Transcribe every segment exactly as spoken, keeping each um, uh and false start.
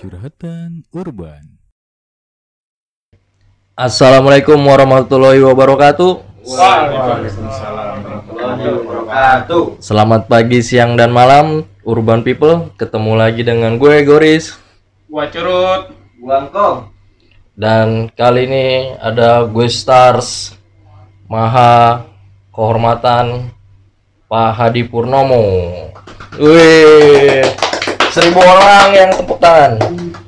Curhatan Urban. Assalamualaikum warahmatullahi wabarakatuh. Waalaikumsalam warahmatullahi wabarakatuh. Selamat pagi, siang, dan malam Urban People. Ketemu lagi dengan gue Goris, Gua Curut, Gua Angkong. dan kali ini ada gue Stars Maha Kehormatan Pak Hadi Purnomo. Wih, seribu orang yang tepuk tangan.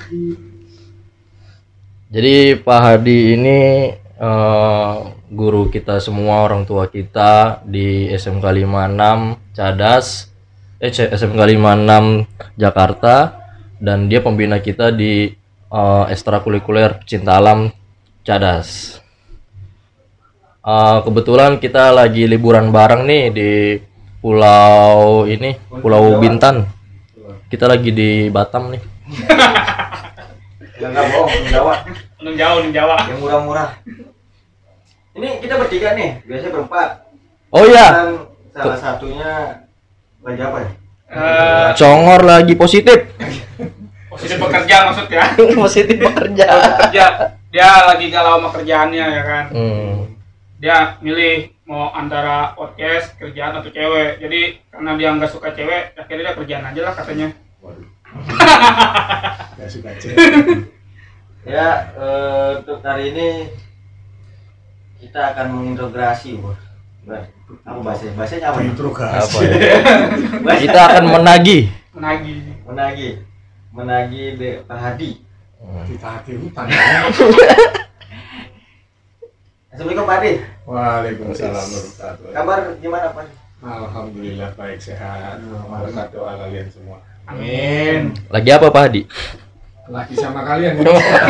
Jadi Pak Hadi ini eh, guru kita semua, orang tua kita di S M K lima puluh enam Cadas, eh S M K lima puluh enam Jakarta, dan dia pembina kita di eh, ekstrakurikuler Cinta Alam Cadas. Eh, kebetulan kita lagi liburan bareng nih di pulau ini, Pulau Bintan. Kita lagi di Batam nih. Yang nggak bohong, yang Jawa, Nung Jawa, Nung Jawa. yang murah-murah. Ini kita bertiga nih, biasanya berempat. Oh iya, Dan salah satunya lagi apa ya? Eh, Congor lagi positif. positif bekerja maksudnya. Positif bekerja. Kerja. Dia lagi galau sama kerjaannya ya kan. Hmm. Dia milih mau antara podcast, kerjaan atau cewek. Jadi karena dia nggak suka cewek, akhirnya dia kerjaan aja lah katanya. Gak suka cewek. Ya, eh, untuk hari ini kita akan mengintegrasi, bos. Apa bahasa? Bahasanya apa? Interogasi. Apa ya? Kita akan menagih. Menagih. Menagih, menagih de Pak Hadi. Kita hati hutang. Assalamualaikum Pak Hadi. Waalaikumsalam warahmatullahi. Kabar gimana Pak? Alhamdulillah baik, sehat. Berkat doa kalian semua. Amin. Lagi apa Pak Hadi? Lagi sama kalian.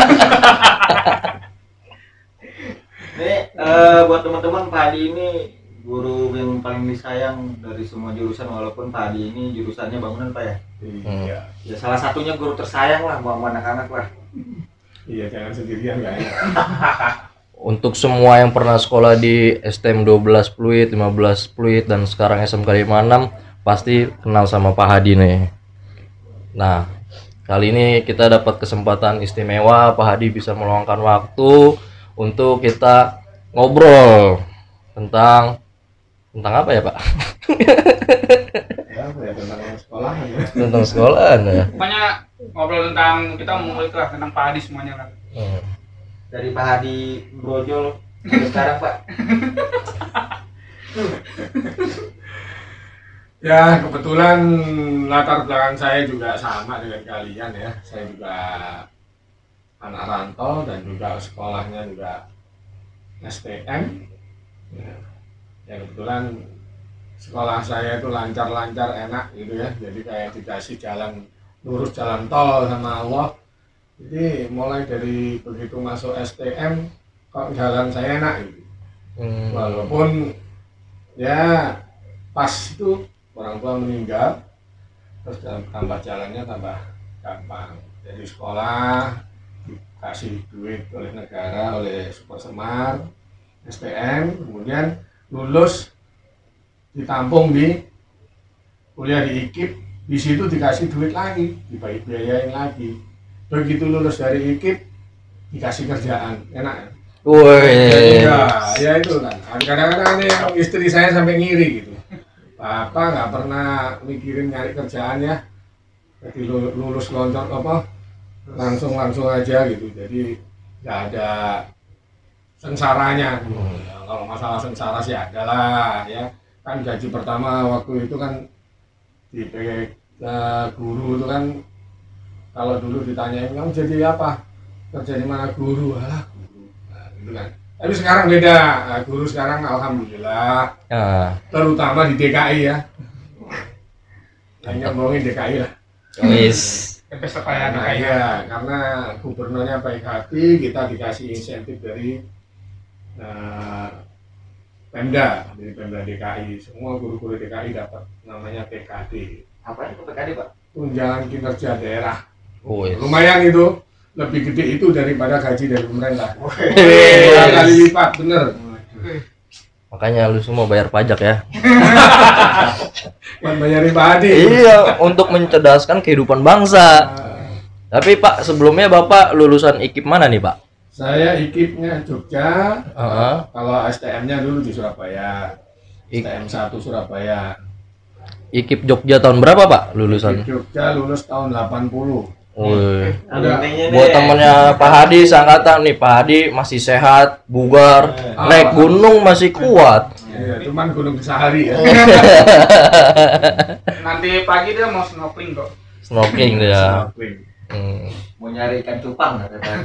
Ini eh, buat teman-teman, Pak Hadi ini guru yang paling disayang dari semua jurusan, walaupun Pak Hadi ini jurusannya bangunan Pak ya. Iya. Ya salah satunya guru tersayang lah buat anak-anak lah. Iya, jangan sendirian nggak enak. Untuk semua yang pernah sekolah di S T M dua belas Pluit, lima belas Pluit, dan sekarang S M K lima puluh enam pasti kenal sama Pak Hadi nih. Nah, kali ini kita dapat kesempatan istimewa. Pak Hadi bisa meluangkan waktu untuk kita ngobrol tentang tentang apa ya Pak? Ya, apa ya, tentang sekolahan ya. Tentang sekolahan ya. Pokoknya ngobrol tentang, kita mau ngulik lah tentang Pak Hadi semuanya kan. Hmm. Dari Pak Hadi brojol sampai sekarang Pak. Ya, kebetulan latar belakang saya juga sama dengan kalian ya. Saya juga anak rantau dan juga sekolahnya juga S T M. Ya, ya kebetulan sekolah saya itu lancar-lancar, enak gitu ya. Jadi kayak dikasih jalan lurus, jalan tol sama Allah. Jadi mulai dari begitu masuk S T M kok jalan saya enak gitu. Hmm. Walaupun ya pas itu orang tua meninggal, terus tambah jalannya tambah gampang. Jadi sekolah dikasih duit oleh negara, oleh Super Semar, S T M, kemudian lulus ditampung di kuliah di I K I P, di situ dikasih duit lagi, dibiayain lagi. Begitu lulus dari I K I P dikasih kerjaan, enak ya? Woi. Ya, ya itu kan. Kadang-kadang ada yang istri saya sampai ngiri gitu. Papa nggak pernah mikirin nyari kerjaan ya. Jadi lulus loncat apa langsung langsung aja gitu. Jadi nggak ada sengsaranya. Ya, kalau masalah sengsara sih ada lah ya. Kan gaji pertama waktu itu kan di P K guru itu kan, kalau dulu ditanyain kamu jadi apa, kerja di mana, guru, alah guru, nah, gitu kan. Tapi sekarang beda, nah, guru sekarang alhamdulillah, Ah, terutama di D K I ya. Hanya ngomongin D K I lah. wis. Pesta pelayanan Nah, kayak. iya, karena gubernurnya baik hati, kita dikasih insentif dari uh, Pemda, dari Pemda D K I. Semua guru-guru D K I dapat namanya P K D, Apa itu P K D Pak? tunjangan kinerja daerah. Wis. Lumayan itu, lebih gede itu daripada gaji dari pemerintah. Wih. Dua kali lipat, bener. Makanya lu semua bayar pajak ya. Bukan bayarin Pak Hadi. Iya, untuk mencerdaskan kehidupan bangsa. Tapi Pak, sebelumnya Bapak lulusan I K I P mana nih Pak? Saya I K I P-nya Jogja. Heeh. Kalau S T M-nya dulu di Surabaya. S T M satu Surabaya. I K I P Jogja tahun berapa Pak lulusan? I K I P Jogja lulus tahun delapan puluh. Wih. Udah. Buat temennya Pak Hadi seangkatan nih, Pak Hadi masih sehat, bugar, Ah, naik gunung masih kuat. Iya, cuman gunung sehari ya. Nanti pagi dia mau snorkeling kok. Snorkeling dia. Snorkeling. Hmm. Mau nyari ikan cupang katanya.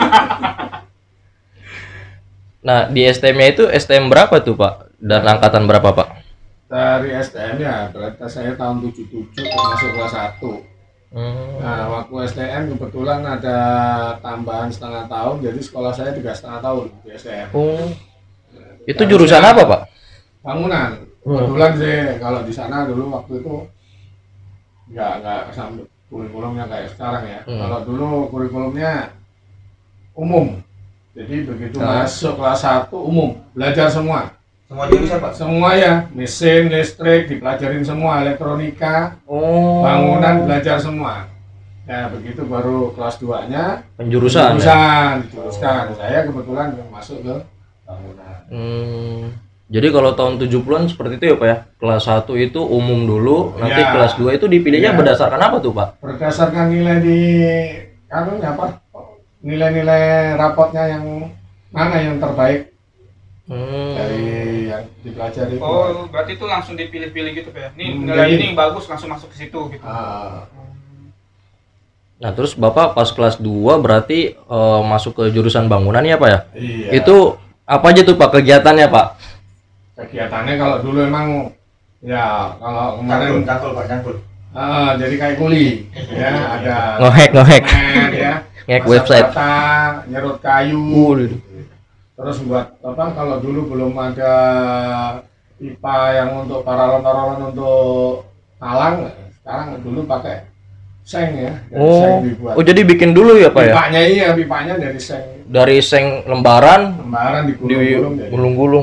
Nah, di S T M-nya itu S T M berapa tuh Pak? Dan angkatan berapa Pak? Dari S T M-nya, berarti saya tahun tujuh puluh tujuh masuk kelas satu. Hmm. Nah, waktu S T M kebetulan ada tambahan setengah tahun, jadi sekolah saya tiga setengah tahun di S T M. Oh. Itu jurusan apa Pak? Bangunan. Kebetulan sih kalau di sana dulu waktu itu nggak nggak sampai kurikulumnya kayak sekarang ya. Hmm. Kalau dulu kurikulumnya umum. Jadi begitu Ah. masuk kelas satu umum, belajar semua. Semua jurusan Pak. Semua ya, mesin, listrik, dipelajarin semua, elektronika, Oh. bangunan, belajar semua. Nah, begitu baru kelas dua-nya Penjurusan. Ya? jurusan, dijuruskan. Saya kebetulan masuk ke bangunan. Hmm. Jadi kalau tahun tujuh puluhan seperti itu ya Pak ya? Kelas satu itu umum dulu, nanti Ya. kelas dua itu dipilihnya Ya. berdasarkan apa tuh Pak? Berdasarkan nilai di anu apa? Nilai-nilai rapotnya yang mana yang terbaik Hmm. dari yang dipelajari itu. Oh, berarti itu langsung dipilih-pilih gitu Pak ya. Nih Hmm, nilai jadi- ini bagus langsung masuk ke situ gitu. Ah, Nah, terus Bapak pas kelas dua berarti eh, masuk ke jurusan bangunan ya Pak ya? iya. Itu apa aja tuh Pak kegiatannya Pak? Kegiatannya kalau dulu emang ya kalau Cangkul, kemarin cangkul Pak, cangkul. ah, jadi kayak kuli ya ada Ngohek, ngohek. semen, ya Ngek masak website. bata, nyerut kayu. Waduh. Terus buat apa kalau dulu belum ada pipa yang untuk paralon-paralon untuk talang, sekarang dulu pakai seng ya, dari seng Oh. dibuat. Oh, jadi bikin dulu ya Pak ya? Pipanya iya, pipanya dari seng Dari seng lembaran lembaran digulung-gulung jadi. digulung-gulung.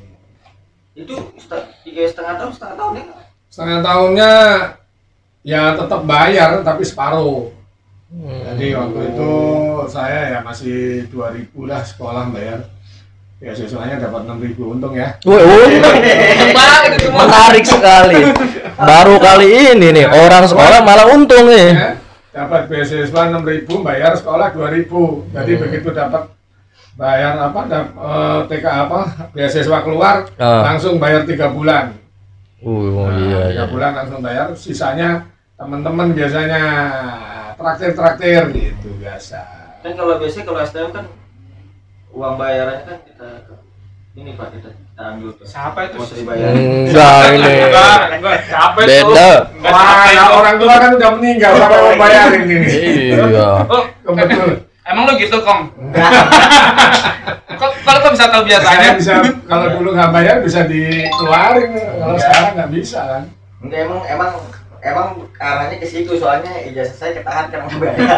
Itu set- tiga setengah tahun, setengah tahun ya? Setengah tahunnya ya tetap bayar tapi separuh. Jadi waktu itu saya ya masih dua ribu lah sekolah bayar. Ya siswanya dapat enam ribu untung ya. Woi, untung. Menarik sekali. Baru kali ini nih orang sekolah malah untung nih. Ya, dapat beasiswa enam ribu, bayar sekolah dua ribu. Jadi Hmm. begitu dapat bayar apa dap- eh, T K apa beasiswa keluar Ah. langsung bayar tiga bulan. Oh, Nah, iya tiga iya. bulan langsung bayar, sisanya teman-teman biasanya traktir-traktir gitu biasa. Kan kalau biasanya kalau S T M kan uang bayarannya kan kita ini Pak, kita, kita ambil tuh. Siapa itu? Mau dibayar. Enggak ini. Enggak, enggak. Siapa itu? Beda. Enggak, Wah, siapa ya itu? orang tua kan udah meninggal, siapa mau bayarin ini? Iya. Oh, Kebetul. emang lu gitu, Kong? Kok kalau kok bisa tahu Saya biasanya? bisa kalau dulu nggak bayar bisa dikeluarin, kalau sekarang nggak bisa kan? Enggak, emang emang emang arahnya ke situ, soalnya ijazah saya ketahan karena nggak bayar.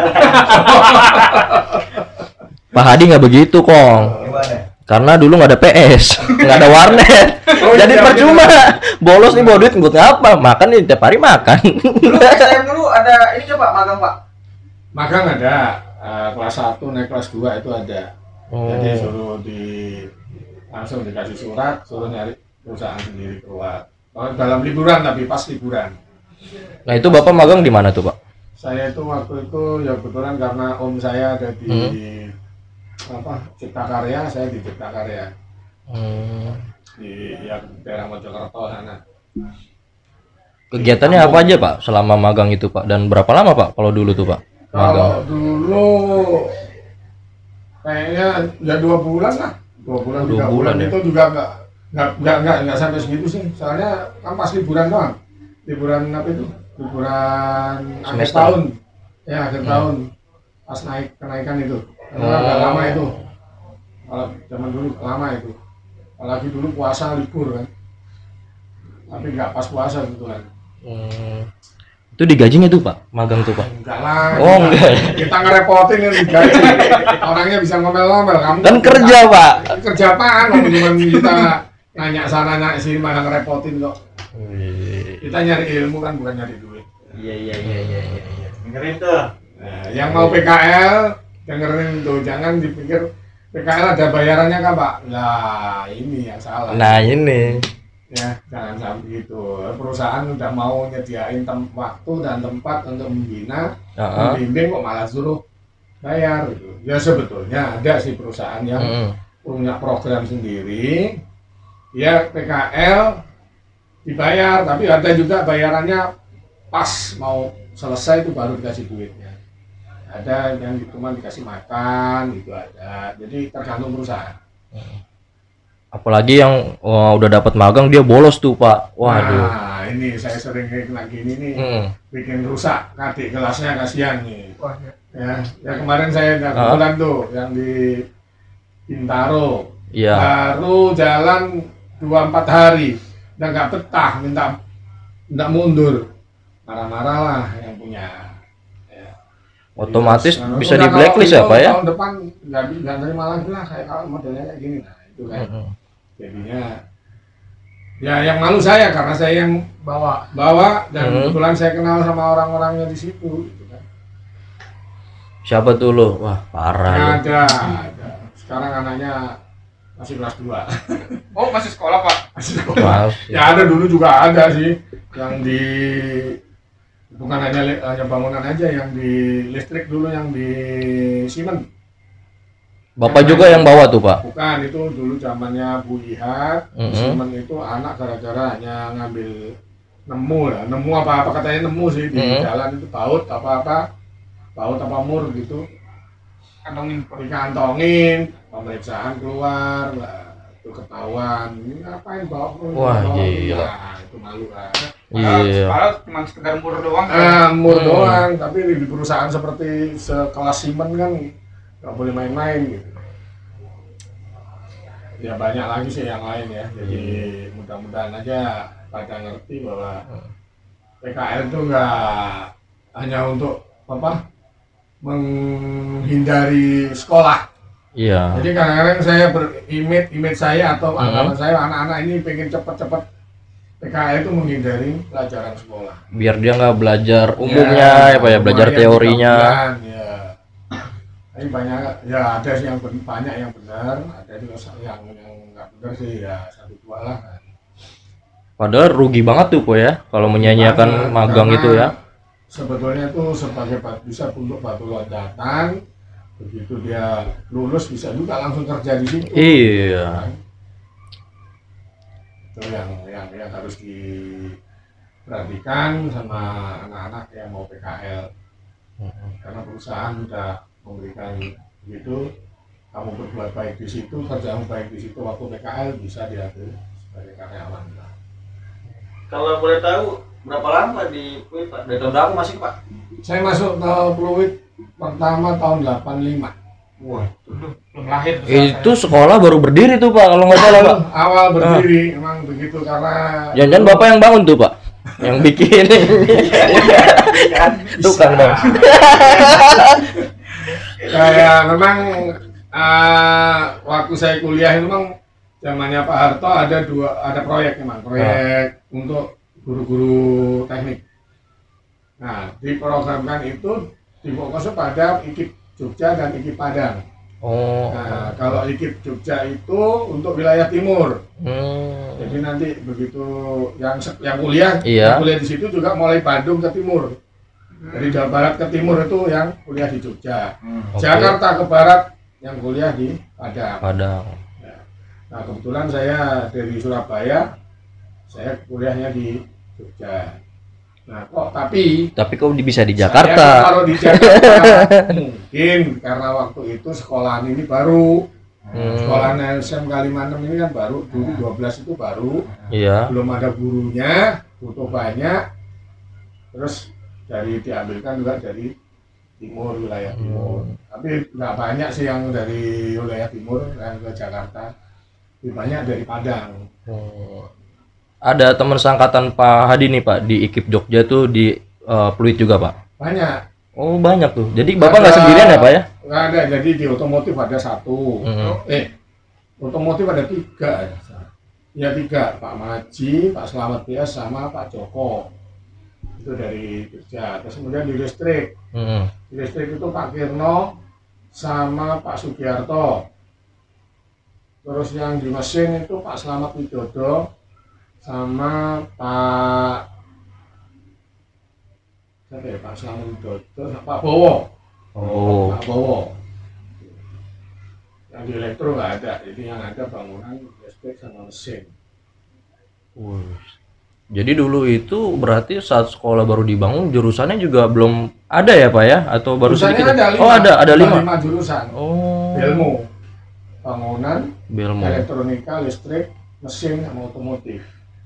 Pak Hadi nggak begitu, Kong. Gimana? Karena dulu nggak ada P S, nggak ada warnet. Oh, Jadi iya, percuma. Bolos nih bawa duit buat ngapa? Makan nih tiap hari makan. Dulu S T M dulu ada ini coba magang Pak. Magang ada, eh, kelas satu naik kelas dua itu ada. Jadi Oh. suruh di langsung dikasih surat, suruh nyari perusahaan sendiri keluar. Oh, dalam liburan tapi pas liburan. Nah, itu Bapak magang di mana tuh, Pak? Saya itu waktu itu ya kebetulan karena om saya ada di Hmm. apa Cipta Karya, saya di Cipta Karya Hmm. di ya daerah Mojokerto sana. Kegiatannya apa aja, Pak, selama magang itu, Pak? Dan berapa lama, Pak, kalau dulu tuh, Pak? Kalau Magang. dulu kayaknya ya dua bulan lah, dua bulan Dua tiga bulan bulan, ya? itu juga nggak nggak nggak nggak nggak sampai segitu sih. Soalnya kan pas liburan doang, liburan apa itu? Liburan akhir Semester. tahun, ya akhir Hmm. tahun pas naik kenaikan itu. Karena Oh. agak lama itu. Kalau zaman dulu lama itu. Apalagi dulu puasa libur kan. Tapi nggak pas puasa kebetulan. Hmm. Itu digajinya tuh, Pak, magang tuh, Pak? Enggak lah. Oh, kita- enggak. Kita ngerepotin yang digaji. Orangnya bisa ngomel-ngomel, kamu Kan kerja, Pak. kerja apaan? Kamu cuma kita nanya sana nanya sini malah ngerepotin kok. Kita nyari ilmu kan bukan nyari duit. Iya iya iya iya iya. iya. Dengerin tuh. Nah, yang mau P K L dengerin tuh, jangan dipikir P K L ada bayarannya kan Pak? Nah ini yang salah. Nah ini Ya jangan sampai gitu. Perusahaan udah mau nyediain tem- waktu dan tempat untuk membina, uh-uh. membimbing kok malah suruh bayar gitu. Ya sebetulnya ada sih perusahaan yang Mm-mm. punya program sendiri, ya P K L dibayar, tapi ada juga bayarannya pas mau selesai itu baru dikasih duitnya. Ada yang cuma dikasih makan gitu ada. Jadi tergantung perusahaan. Apalagi yang wah, udah dapat magang dia bolos tuh Pak. Waduh. Nah ini saya sering kena gini nih, Hmm. bikin rusak adik kelasnya, kasihan nih. Wah, ya. Ya, ya kemarin saya kebetulan tuh yang di Bintaro, Iya. baru jalan dua empat hari, udah nggak betah, minta minta mundur, marah-marah lah yang punya. Ya. Otomatis Jadi, bisa udah di blacklist ya kalau Pak ya? Tahun depan nggak nggak terima lagi lah, kayak kalau modelnya kayak gini, nah itu kan. Mm-mm. Jadinya ya yang malu saya karena saya yang Bawa. bawa dan Hmm. kebetulan saya kenal sama orang-orangnya di situ gitu kan. Siapa tuh lo? Wah parah. Ada, ada. Sekarang anaknya masih kelas dua. Oh, masih sekolah, Pak. Maaf. Ya ada dulu juga ada sih yang di bukan hanya li- hanya bangunan aja yang di listrik dulu yang di Simen. Bapak juga yang bawa tuh Pak. Bukan itu dulu zamannya Bu Ihat. Di Mhm. Simen itu anak gara-gara hanya ngambil nemu lah, nemu apa-apa katanya nemu sih di Mhm. jalan itu baut apa-apa, baut apa mur gitu. Kantongin. Dikantongin, pemeriksaan keluar, lah itu ketahuan. Ini ngapain bawa Wah, bawa- gila. Nah, itu malu kan. Iya. Padahal cuma sekedar mur doang. kan? Ah, mur Hmm. doang, tapi di perusahaan seperti sekelas Simen kan nggak boleh main-main gitu. Ya banyak lagi sih yang lain ya. Jadi mudah-mudahan aja pada ngerti bahwa P K L itu nggak hanya untuk apa menghindari sekolah. Iya. Jadi kadang-kadang saya berimit image saya atau Mhm. anggapan saya anak-anak ini pengen cepet-cepet P K L itu menghindari pelajaran sekolah. Biar dia nggak belajar umumnya ya Pak ya, belajar umumnya teorinya. tiga bulan, ya. Tapi banyak ya ada sih yang ben- banyak yang benar, ada juga yang yang nggak benar sih ya satu dua lah kan. Padahal rugi banget tuh Pak ya kalau menyanyiakan Karena- magang karena itu ya. Sebetulnya itu sebagai bat- bisa untuk batu loncatan, begitu dia lulus bisa juga langsung kerja di situ. Iya. Kan? Itu yang yang yang harus diperhatikan sama anak-anak yang mau P K L. Karena perusahaan sudah memberikan begitu, kamu berbuat baik di situ, kerjamu baik di situ, waktu P K L bisa diambil sebagai karyawan. Kalau boleh tahu berapa lama di P U I T, Pak? Dari tahun berapa masih Pak? Saya masuk ke Pluit pertama tahun delapan lima. Wah, Belum lahir. tuh Itu saya. sekolah baru berdiri tuh Pak kalau nggak salah Pak. Awal berdiri emang begitu karena Jangan-jangan Bapak yang bangun tuh Pak. Yang bikin tukang dong. kayak memang uh, waktu saya kuliah itu memang zamannya Pak Harto ada dua ada proyek memang proyek untuk guru-guru teknik. Nah diprogramkan itu difokuskan pada I K I P Jogja dan I K I P Padang. Oh. Nah kalau I K I P Jogja itu untuk wilayah timur. Hmm. Jadi nanti begitu yang se- yang kuliah, Iya. yang kuliah di situ juga mulai Bandung ke timur. Dari Jawa Barat ke timur itu yang kuliah di Jogja. Oke. Jakarta ke barat yang kuliah di Padang. Padang. Nah kebetulan saya dari Surabaya, saya kuliahnya di Jogja. Nah kok tapi Tapi kok bisa di saya Jakarta? kalau di Jakarta mungkin karena waktu itu sekolahan ini baru. Hmm. Sekolahan S M K lima enam ini kan baru, dulu dua belas itu baru. Iya. Belum ada gurunya, butuh banyak, terus dari diambilkan juga dari timur, wilayah timur. Tapi nggak banyak sih yang dari wilayah timur yang ke Jakarta, lebih banyak dari Padang. Oh. Ada teman seangkatan Pak Hadi nih Pak di I K I P Jogja tuh di eh, Pluit juga Pak. Banyak. Oh banyak tuh. Jadi Bapak nggak Ada- sendirian ya Pak ya? Nggak ada, jadi di otomotif ada satu. Mm-mm. Eh, otomotif ada tiga. Ya tiga, Pak Maji, Pak Slamet P S sama Pak Joko. itu dari kerja. Terus kemudian di listrik, Mm-mm. di listrik itu Pak Kirno sama Pak Sugiarto. Terus yang di mesin itu Pak Slamet Widodo sama Pak siapa ya, Pak Slamet Widodo sama Pak Bowo. Oh. Pak Bowo. Yang di elektro nggak ada, jadi yang ada bangunan listrik sama mesin. Wih. Jadi dulu itu berarti saat sekolah baru dibangun jurusannya juga belum ada ya Pak ya? Atau baru Jurusannya sedikit? ada lima, Oh ada, ada lima. lima jurusan. Oh. Ilmu, bangunan, Belmo. elektronika, listrik, mesin, sama otomotif.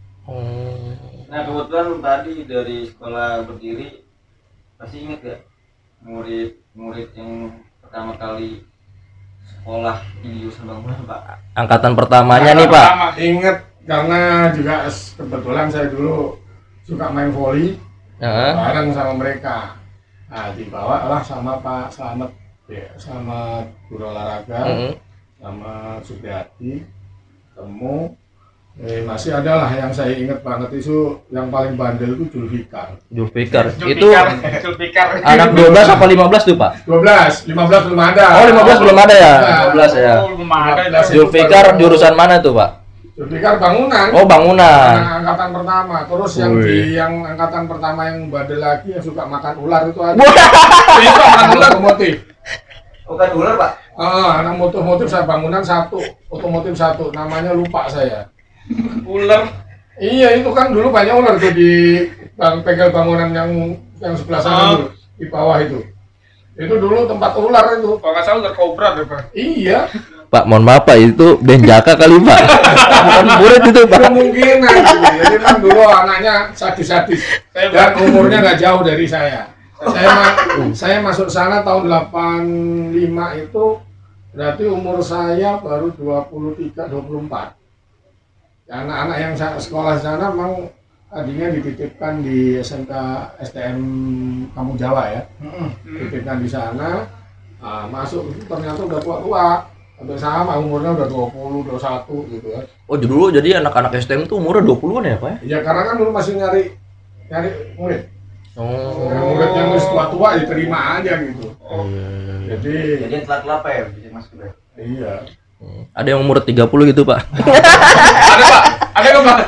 Oh. Nah kebetulan tadi dari sekolah berdiri pasti inget ya murid-murid yang pertama kali sekolah di jurusan bangunan Pak. Angkatan pertamanya nih Pak. Pertama. Ingat karena juga kebetulan saya dulu suka main voli Heeh. bareng sama mereka. Nah dibawa lah sama Pak Slamet, ya, sama guru olahraga, Mm-mm. sama Supriyadi, ketemu. Eh, masih ada lah yang saya ingat banget itu yang paling bandel itu Julfikar. Julfikar. Itu Julfikar. Julfikar. anak dua belas apa lima belas tuh Pak? dua belas, lima belas belum ada. Oh lima belas belum ada ya? Nah. lima belas ya. Oh, belum ada lima belas. itu. Julfikar jurusan mana tuh Pak? Julfikar bangunan. Oh bangunan. Yang angkatan pertama. Terus yang Wih. di yang angkatan pertama yang bandel lagi yang suka makan ular itu ada. Itu anak Anak ular. otomotif. Bukan ular Pak. Ah, anak otomotif saya bangunan satu, otomotif satu. Namanya lupa saya. Ular. Iya itu kan dulu banyak ular tuh di bang bengkel bangunan yang yang sebelah sana Ah. dulu, di bawah itu. Itu dulu tempat ular itu. Kalau nggak salah ular kobra deh Pak. Iya, Pak mohon maaf Pak itu Benjaka kali Pak. Bukan murid itu Pak. kemungkinan. Gitu. Jadi kan dulu anaknya sadis-sadis Saya dan umurnya nggak jauh dari saya. Saya ma- saya masuk sana tahun delapan lima itu berarti umur saya baru dua puluh tiga dua puluh empat. Anak-anak yang sa- sekolah di sana memang tadinya dititipkan di S M K S T M Kampung Jawa ya. Dititipkan di sana, ah, masuk itu ternyata udah tua-tua. Hampir sama umurnya udah dua puluh, dua puluh satu gitu ya. Oh dulu jadi anak-anak S T M tuh umurnya dua puluhan ya Pak ya? Ya karena kan dulu masih nyari nyari murid. Oh. Yang murid yang masih tua-tua diterima aja gitu. Iya. Jadi Jadi yang telat-telat Pak ya bisa masuk ya. iya. Ada yang umur tiga puluh gitu Pak. Ada Pak. Ada nggak Pak?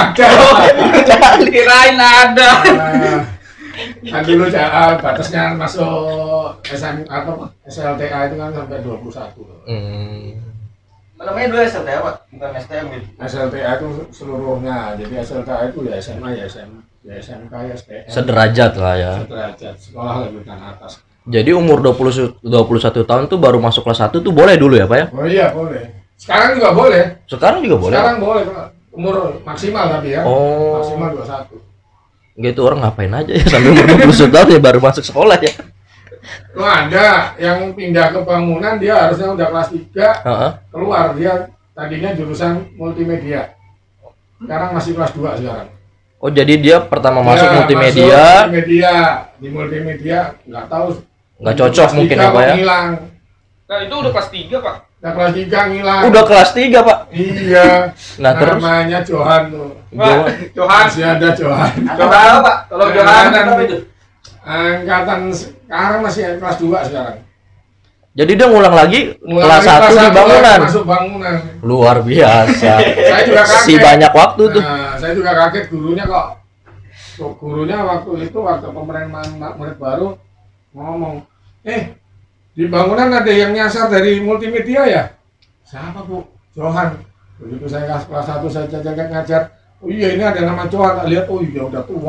Ada. Kirain ada. Nah, kan dulu ja- batasnya masuk S M atau S L T A itu kan sampai dua puluh satu. Hmm. Namanya dua S L T A Pak, bukan S T M gitu. S L T A itu seluruhnya. Jadi S L T A itu ya S M A ya S M ya S M K ya S T M. Sederajat lah ya. Sederajat. Sekolah lanjutan atas. Jadi umur dua puluh dua puluh satu tahun tuh baru masuk kelas satu tuh boleh dulu ya Pak ya? Oh iya boleh. Sekarang juga boleh. Sekarang juga boleh. Sekarang boleh Pak. Umur maksimal tapi ya. Oh. Maksimal dua puluh satu. Gitu orang ngapain aja ya sampai umur dua puluh satu tahun ya baru masuk sekolah ya. Oh ada yang pindah ke bangunan dia harusnya udah kelas tiga Heeh. keluar dia tadinya jurusan multimedia. Sekarang masih kelas dua sekarang. Oh jadi dia pertama masuk Ya, multimedia masuk multimedia. Di multimedia nggak tahu nggak cocok kelas mungkin tiga ya Pak ya? Ngilang. Nah itu udah kelas tiga Pak. Udah kelas tiga ngilang. Udah kelas tiga Pak. Iya. Nah terus Namanya Johan tuh. Pak, Johan. Masih ada Johan. Johan apa Pak? Kalau Nah, Johan kan- apa itu? Angkatan sekarang masih kelas dua sekarang. jadi dia ngulang lagi Mulai kelas dari satu di satu bangunan. Masuk bangunan. Luar biasa. Saya juga kaget. Si banyak waktu tuh. Nah, saya juga kaget gurunya kok. Kok gurunya waktu itu waktu penerimaan murid baru ngomong, eh di bangunan ada yang nyasar dari multimedia ya? Siapa Bu? Johan. Begitu saya kelas kelas satu saya jaga ngajar. Oh iya ini ada nama Johan. Tak lihat oh iya udah tua.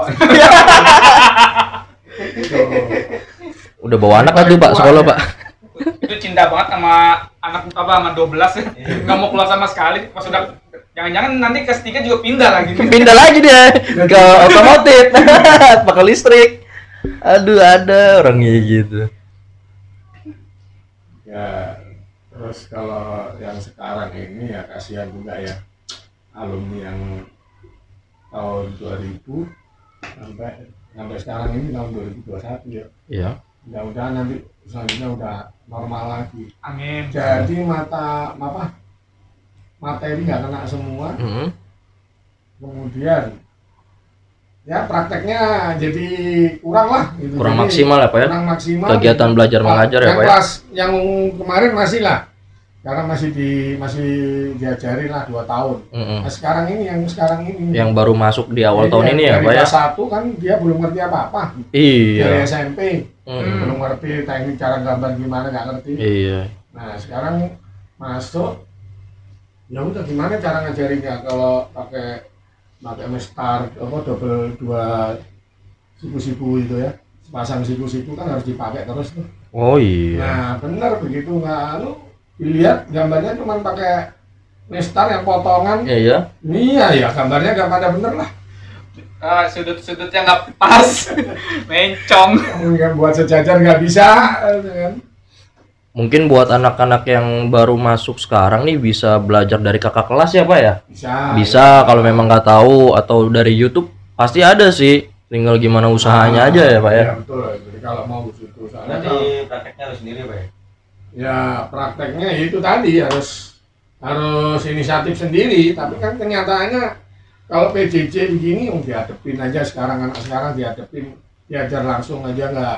Udah bawa anak kan tuh Pak sekolah Pak. Itu cinta banget sama anak apa sama dua belas ya. Nggak mau keluar sama sekali. Pas udah jangan-jangan nanti kelas tiga juga pindah lagi. Pindah lagi dia ke otomotif pakai listrik. Aduh ada orang kayak gitu. Ya terus kalau yang sekarang ini ya kasihan juga ya alumni yang tahun dua ribu sampai sampai sekarang ini tahun dua ribu dua puluh satu ya. Iya. Mudah-mudahan nanti selanjutnya udah normal lagi. Amin. Jadi mata apa materi nggak kena semua. Mm-hmm. Kemudian ya prakteknya jadi kurang lah gitu. Kurang Jadi, maksimal ya Pak ya? Kurang maksimal. Kegiatan gitu. belajar mengajar ya yang Pak ya? kelas yang kemarin masih lah. Karena masih di masih diajarin lah dua tahun. Mm-mm. Nah, sekarang ini yang sekarang ini Yang baru masuk di awal Jadi tahun ini ya dari Pak ya? kelas satu kan dia belum ngerti apa-apa. Dari Iya. S M P Mm. belum ngerti teknik cara gambar gimana, nggak ngerti. Iya. Nah sekarang masuk, ya udah gimana cara ngajarinnya kalau pakai pakai mestar apa double dua siku-siku itu ya, sepasang siku-siku kan harus dipakai terus tuh. Oh iya. Nah benar begitu, nggak lu dilihat gambarnya cuma pakai mestar yang potongan. Iya. Iya ya gambarnya nggak pada bener lah. Ah, sudut-sudutnya nggak pas, mencong. Nggak buat sejajar nggak bisa, kan? Mungkin buat anak-anak yang baru masuk sekarang nih bisa belajar dari kakak kelas ya Pak ya? Bisa. Bisa kalau memang nggak tahu atau dari YouTube pasti ada sih. Tinggal gimana usahanya Ah, aja ya Pak ya? Iya betul. Jadi kalau mau ke situ, soalnya Berarti kalau- prakteknya harus sendiri Pak ya? ya prakteknya itu tadi harus harus inisiatif sendiri. Tapi kan kenyataannya kalau P J J begini, oh dihadepin aja sekarang anak sekarang dihadepin diajar langsung aja nggak,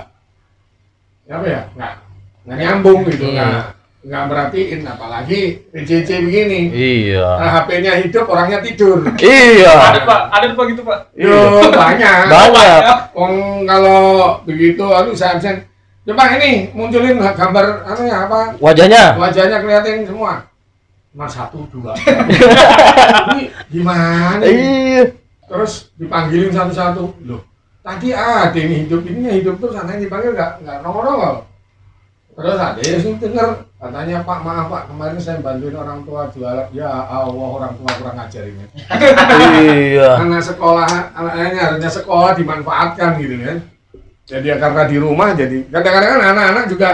ya apa ya nggak nggak nyambung gitu, Hmm. nggak nggak merhatiin, apalagi P J J begini. Iya. Nah, H P-nya hidup, orangnya tidur. Iya. Ada Pak, ada Pak gitu Pak. Yo banyak. Banyak. Om kalau begitu, aduh saya absen. Coba ini munculin gambar anu ya apa Wajahnya. wajahnya kelihatan semua. Mas satu dua. Ini gimana? Iya. Terus dipanggilin satu-satu. Loh, tadi ada ini hidup ini hidup terus, anaknya dipanggil nggak nggak nongol-nongol. Terus ada yang sih denger katanya, Pak maaf Pak, kemarin saya bantuin orang tua jualan. Ya Allah, orang tua kurang ngajarinnya. Iya. Anak sekolah, anaknya harusnya sekolah dimanfaatkan gitu kan. Jadi ya karena di rumah, jadi kadang-kadang kan anak-anak juga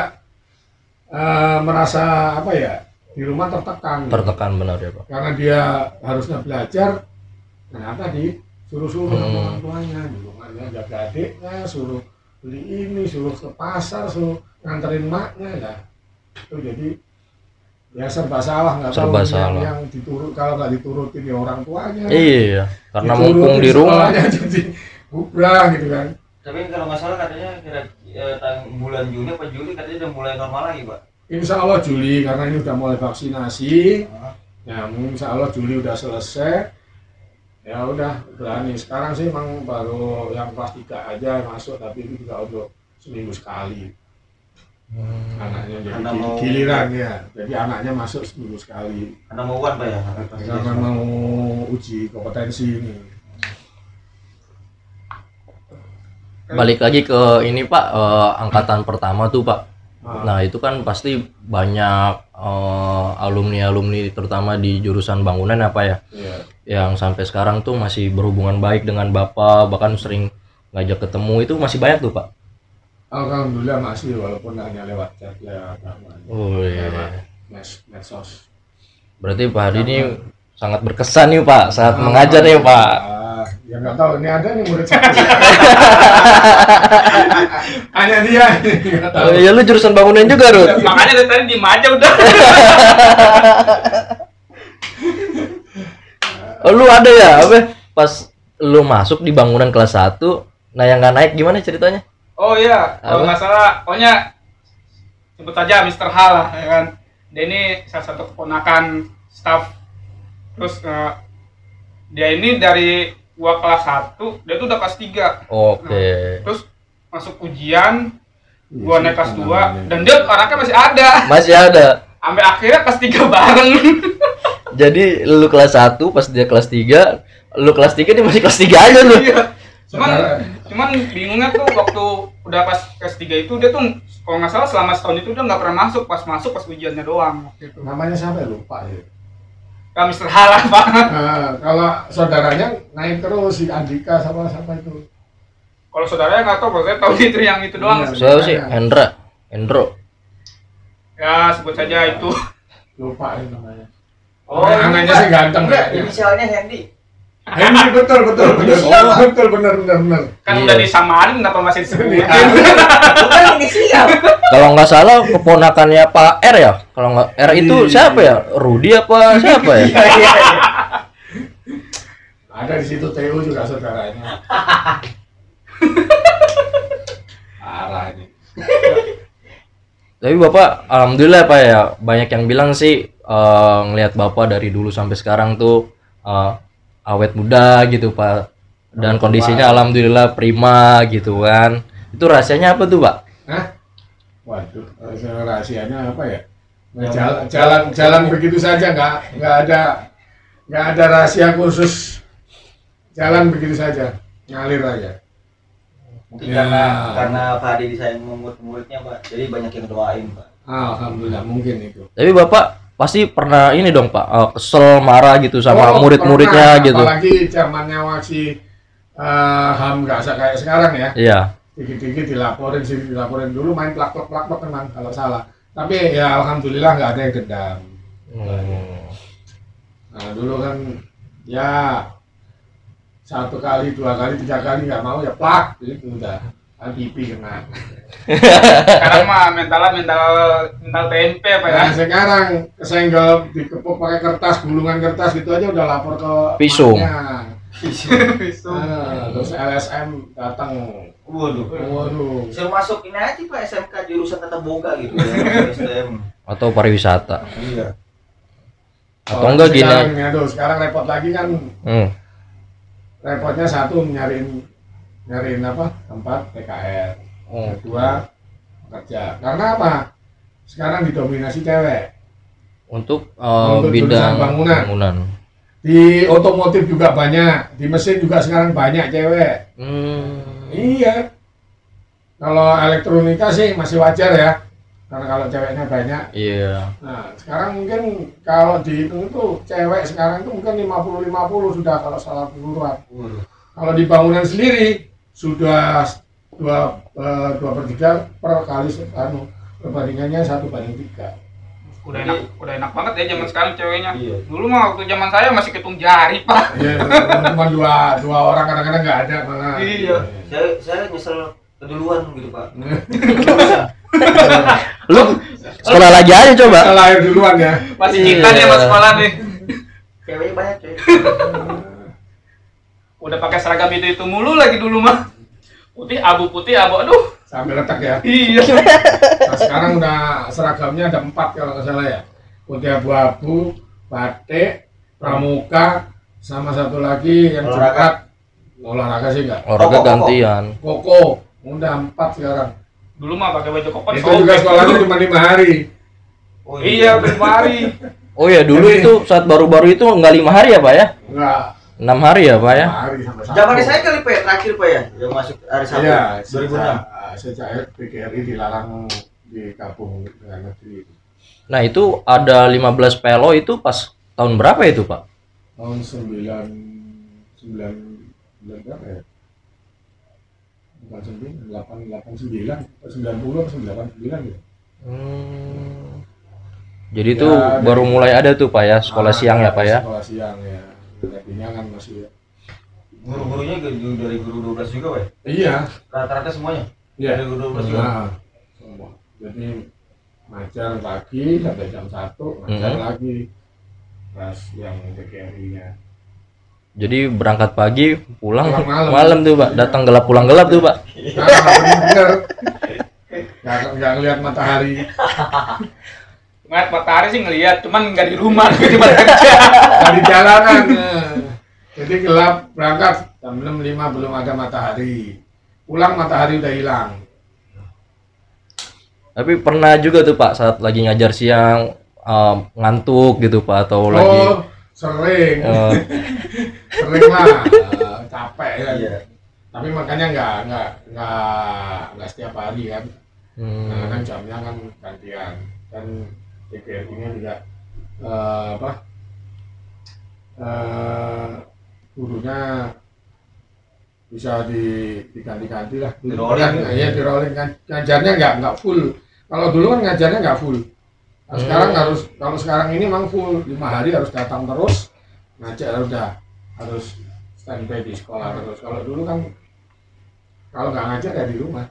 eh, merasa apa ya, di rumah tertekan. Tertekan benar ya Pak. Karena dia harusnya belajar, ternyata disuruh-suruh sama Hmm. orang tuanya, di rumahnya jaga adiknya, suruh beli ini, suruh ke pasar, suruh nganterin maknya lah. Itu jadi ya serba salah, nggak tahu Serba yang, salah. yang diturut, kalau nggak diturutin ya orang tuanya. Iya. Karena Diturutin mumpung di rumah. sekolahnya jadi bubrah gitu kan. Tapi kalau nggak salah katanya kira eh, tang- bulan Juni apa Juli katanya udah mulai normal lagi Pak. Insya Allah Juli, karena ini udah mulai vaksinasi. Ya mungkin insya Allah Juli udah selesai. Ya udah berani. Sekarang sih emang baru yang kelas tiga aja yang masuk, tapi itu juga untuk seminggu sekali. Anaknya jadi Karena gi- mau- giliran ya. Jadi anaknya masuk seminggu sekali. Karena mau uan Pak ya. anak kelas tiga. Karena mau uji kompetensi ini. Balik lagi ke ini Pak, eh, angkatan pertama tuh Pak. Nah, Nah itu kan pasti banyak eh, alumni-alumni terutama di jurusan bangunan apa ya, iya. yang sampai sekarang tuh masih berhubungan baik dengan Bapak, bahkan sering ngajak ketemu, itu masih banyak tuh Pak. Alhamdulillah masih, walaupun hanya lewat chat, lewat apa, Oh iya. mes- medsos. Berarti Pak Hadi ini sangat berkesan nih Pak saat mengajar nih Pak. Ah, ya nggak tahu, ini ada nih murid satu. Hanya dia ini, nggak tahu. Oh, ya lu jurusan bangunan juga Rut. Makanya dari tadi diem aja udah. Oh, lu ada ya apa? Pas lu masuk di bangunan kelas satu, nah yang nggak naik gimana ceritanya? Oh iya, kalau Apa? nggak salah, pokoknya sebut saja mister H lah, ya kan. Dia ini salah satu keponakan staff. Terus eh, dia ini dari gua kelas satu, dia tuh udah kelas tiga. Oke. Terus masuk ujian, gua Iya, naik kelas sih, dua, namanya. dan dia anaknya masih ada. Masih ada. Sampai akhirnya kelas tiga bareng. Jadi lu kelas satu pas dia kelas tiga, lu kelas tiga dia masih kelas tiga aja lu. Iya. Cuman, Saudara. cuman bingungnya tuh waktu udah pas kelas tiga itu dia tuh kalau nggak salah selama setahun itu dia nggak pernah masuk, pas masuk pas ujiannya doang waktu itu. Namanya siapa ya, lupa ya. Nah, mister H lah Pak. Nah, kalau saudaranya naik terus, si Andika sama siapa itu. Kalau saudaranya nggak tahu, kalau saya tahu itu yang itu doang. Iya. Saya sih Hendra, Hendro. Ya sebut saja itu. Lupa ya namanya. Oh, Nah, anaknya sih ganteng enggak, kayaknya. inisialnya Hendy. Henry, betul betul betul. Siapa? Oh, betul benar benar benar. Kan Iya. udah disamarin, kenapa masih disebutin? Bukan inisial. Kalau nggak salah keponakannya Pak R ya. Kalau nggak R itu Iya. siapa ya? Rudi apa siapa ya? Nah, Ada di situ T U juga saudaranya. Parah ini. Tapi Bapak alhamdulillah Pak ya, banyak yang bilang sih eh, ngelihat Bapak dari dulu sampai sekarang tuh eh, awet muda gitu Pak. Dan kondisinya alhamdulillah prima gitu kan. Itu rahasianya apa tuh Pak? Hah? Waduh, rahasia- rahasianya apa ya? Nah, jalan, jalan jalan begitu saja, nggak nggak ada nggak ada rahasia khusus. Jalan begitu saja, ngalir aja. Mungkin Ya. karena karena Pak Hadi disayang murid-muridnya Pak, jadi banyak yang doain Pak. Alhamdulillah mungkin itu. Tapi Bapak pasti pernah ini dong Pak, eh, kesel, marah gitu sama Oh, murid-muridnya pernah. gitu. Apalagi zamannya masih eh, H A M nggak sa- kayak sekarang ya. Iya. Dikit-dikit dilaporin sih, dilaporin dulu main plak-plak plak teman kalau salah. Tapi ya alhamdulillah nggak ada yang dendam. Hmm. Nah dulu kan ya satu kali, dua kali, tiga kali nggak mau ya plak gitu udah. Kan pipi kena. Sekarang mah mentalnya mental mental tempe apa ya? Nah sekarang kesenggol dikepuk pakai kertas, gulungan kertas gitu aja udah lapor ke Visum. emaknya. Visum. Nah, terus L S M datang. Waduh. Waduh. Saya masuk ini aja Pak S M K jurusan tata boga gitu ya, S D M. Atau pariwisata. Iya. Atau Oh, enggak gini. sekarang, aduh, sekarang repot lagi kan. Hmm. Repotnya satu nyariin nyariin apa tempat P K R. Oh. Kedua kerja. Karena apa? Sekarang didominasi cewek. Untuk eh, Untuk bidang jurusan bangunan. bangunan. Di otomotif juga banyak. Di mesin juga sekarang banyak cewek. Hmm. Iya. Kalau elektronika sih masih wajar ya. Karena kalau ceweknya banyak. Iya. Nah, sekarang mungkin kalau dihitung itu cewek sekarang itu mungkin lima puluh lima puluh sudah kalau salah keseluruhan. Waduh. Kalau di bangunan sendiri sudah dua eh, dua per tiga per kali se- anu perbandingannya satu banding tiga. Udah enak, udah enak banget ya zaman sekarang ceweknya. Iya. Dulu mah waktu zaman saya masih ketung jari pak. Iya, cuma dua dua orang kadang-kadang nggak ada malah. Iya. Saya saya nyesel keduluan gitu Pak. Lu sekolah lagi aja coba. Kita lahir duluan ya. Masih Iya. cinta nih sama sekolah nih. Ceweknya banyak cuy. Udah pakai seragam itu itu mulu lagi dulu mah. Putih abu putih abu aduh. Sampai retak ya. Iya. Nah, sekarang udah seragamnya ada empat kalau nggak salah ya. Putih abu-abu, batik, pramuka, sama satu lagi yang Olahraga. Jumat. Olahraga sih enggak. Olahraga Koko, koko. gantian. Koko, udah empat sekarang. Dulu mah pakai baju koko. Itu juga sekolahnya cuma lima hari. Oh Iya kembali. Oh ya dulu Jadi- itu saat baru-baru itu nggak lima hari ya Pak ya? Enggak. Enam hari ya Pak ya? lima hari sampai Sabtu. Zaman saya kali Pak ya, terakhir Pak ya, yang masuk hari Sabtu Iya, dua ribu enam. sejak, sejak P G R I dilarang digabung dengan negeri. Nah itu ada lima belas P L O itu pas tahun berapa itu Pak? Tahun sembilan sembilan sembilan berapa ya? Bukan sembilan, delapan delapan sembilan, sembilan puluh atau sembilan sembilan ya. Hmm. Jadi itu Ya, baru dari- mulai ada tuh Pak ya sekolah Ah, siang ya Pak ya? Sekolah siang ya. Tadinya kan masih. Guru-gurunya guru- dari guru dua belas juga Pak. Iya. Rata-rata semuanya. Iya. Dari guru dua belas juga. Nah, semua. Jadi ngajar pagi sampai jam satu, ngajar Mhm. lagi pas yang P G R I-nya. Jadi berangkat pagi pulang Pulang malam. malam tuh Pak, datang gelap pulang gelap tuh Pak. Nah, bener. Nggak, nggak ngeliat matahari. Ngeliat matahari sih ngeliat, cuman nggak di rumah, di tempat kerja. Dari jalanan. Nah. Jadi gelap berangkat jam enam lima belum ada matahari. Pulang matahari udah hilang. Tapi pernah juga tuh Pak saat lagi ngajar siang eh, ngantuk gitu Pak atau lagi Oh, sering. eh, Sering lah. eh, capek ya. Iya. Tapi makanya nggak nggak nggak nggak setiap hari kan. hmm, Nah, kan jamnya kan gantian. Dan P G R I-nya juga eh, apa? Eh, gurunya bisa di diganti-ganti lah. Di rolling. Kan, iya di rolling kan. Ngajarnya nggak nggak full. Kalau dulu kan ngajarnya nggak full. Nah, Hmm. sekarang harus kalau sekarang ini memang full lima hari harus datang terus ngajar udah harus standby di sekolah terus. Kalau dulu kan kalau nggak ngajar ya di rumah.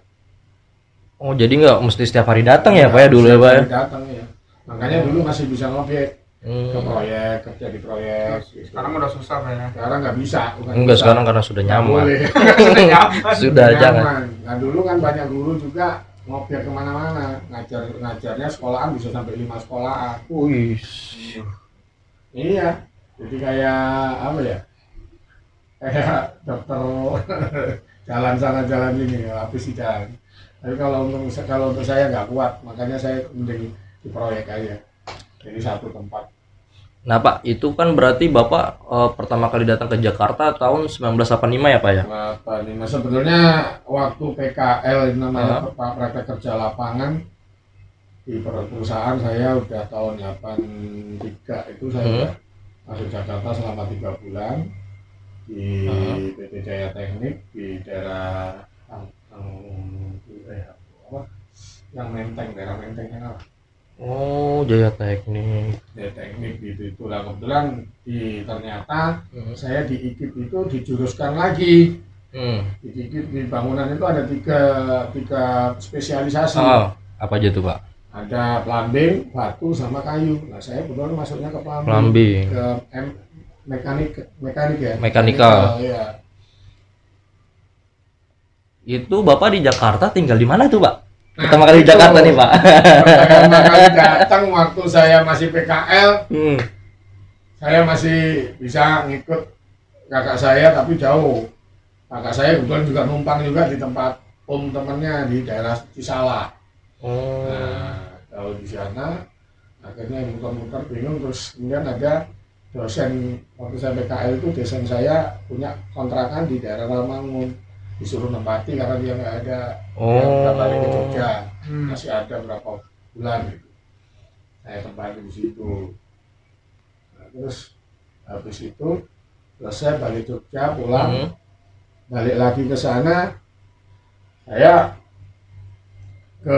oh jadi nggak mesti setiap hari datang ya Pak ya dulu ya Pak ya? Datang ya. Makanya dulu masih bisa ngobek. ke Hmm. proyek, kerja di proyek. Gitu. Sekarang udah susah kayaknya. Sekarang nggak bisa. bukan Enggak, bisa. sekarang karena sudah Nggak nyaman. boleh. Sudah nyaman. Sudah jangan. Nyaman. Nah dulu kan banyak guru juga ngopiar kemana-mana, ngajar ngajarnya sekolahan bisa sampai lima sekolahan. Wih. Iya, jadi kayak apa ya? Kayak dokter jalan sana jalan ini, habis di jalan. Tapi kalau untuk kalau untuk saya nggak kuat, makanya saya mending di proyek aja. Jadi satu tempat. Nah Pak, itu kan berarti Bapak eh, pertama kali datang ke Jakarta tahun sembilan belas delapan puluh lima ya Pak ya? Apa nih? Nah, sebenarnya waktu P K L itu namanya Pak Praktek Kerja Lapangan di perusahaan saya udah tahun delapan tiga itu saya Hmm. udah masuk Jakarta selama tiga bulan di Hmm. P T Jaya Teknik di daerah Tang- Tang- eh, apa? Yang Menteng, daerah Menteng yang apa? Oh, Jaya Teknik. Jaya Teknik gitu itu lah kebetulan di ternyata Hmm. saya di I K I P itu dijuruskan lagi. Hmm. Di I K I P di bangunan itu ada tiga tiga spesialisasi. Oh, apa aja tuh Pak? Ada plumbing, batu sama kayu. Nah saya kebetulan masuknya ke plumbing, Plumbing. ke M, mekanik mekanik ya. Mekanikal. Iya. Itu Bapak di Jakarta tinggal di mana tuh Pak? Nah, Pertama kali di itu Jakarta nih Pak. Pertama kali datang waktu saya masih P K L, Hmm. saya masih bisa ngikut kakak saya tapi jauh. Kakak saya kebetulan juga numpang juga di tempat om temennya di daerah Cisalak. Oh. Nah, kalau di sana akhirnya muter-muter bingung terus kemudian ada dosen waktu saya P K L itu dosen saya punya kontrakan di daerah Ramangun disuruh nempati karena dia nggak ada dia nggak balik ke Jogja Hmm. masih ada berapa bulan gitu. Saya tempati di situ. Nah, terus habis itu selesai balik Jogja pulang Hmm. balik lagi ke sana saya ke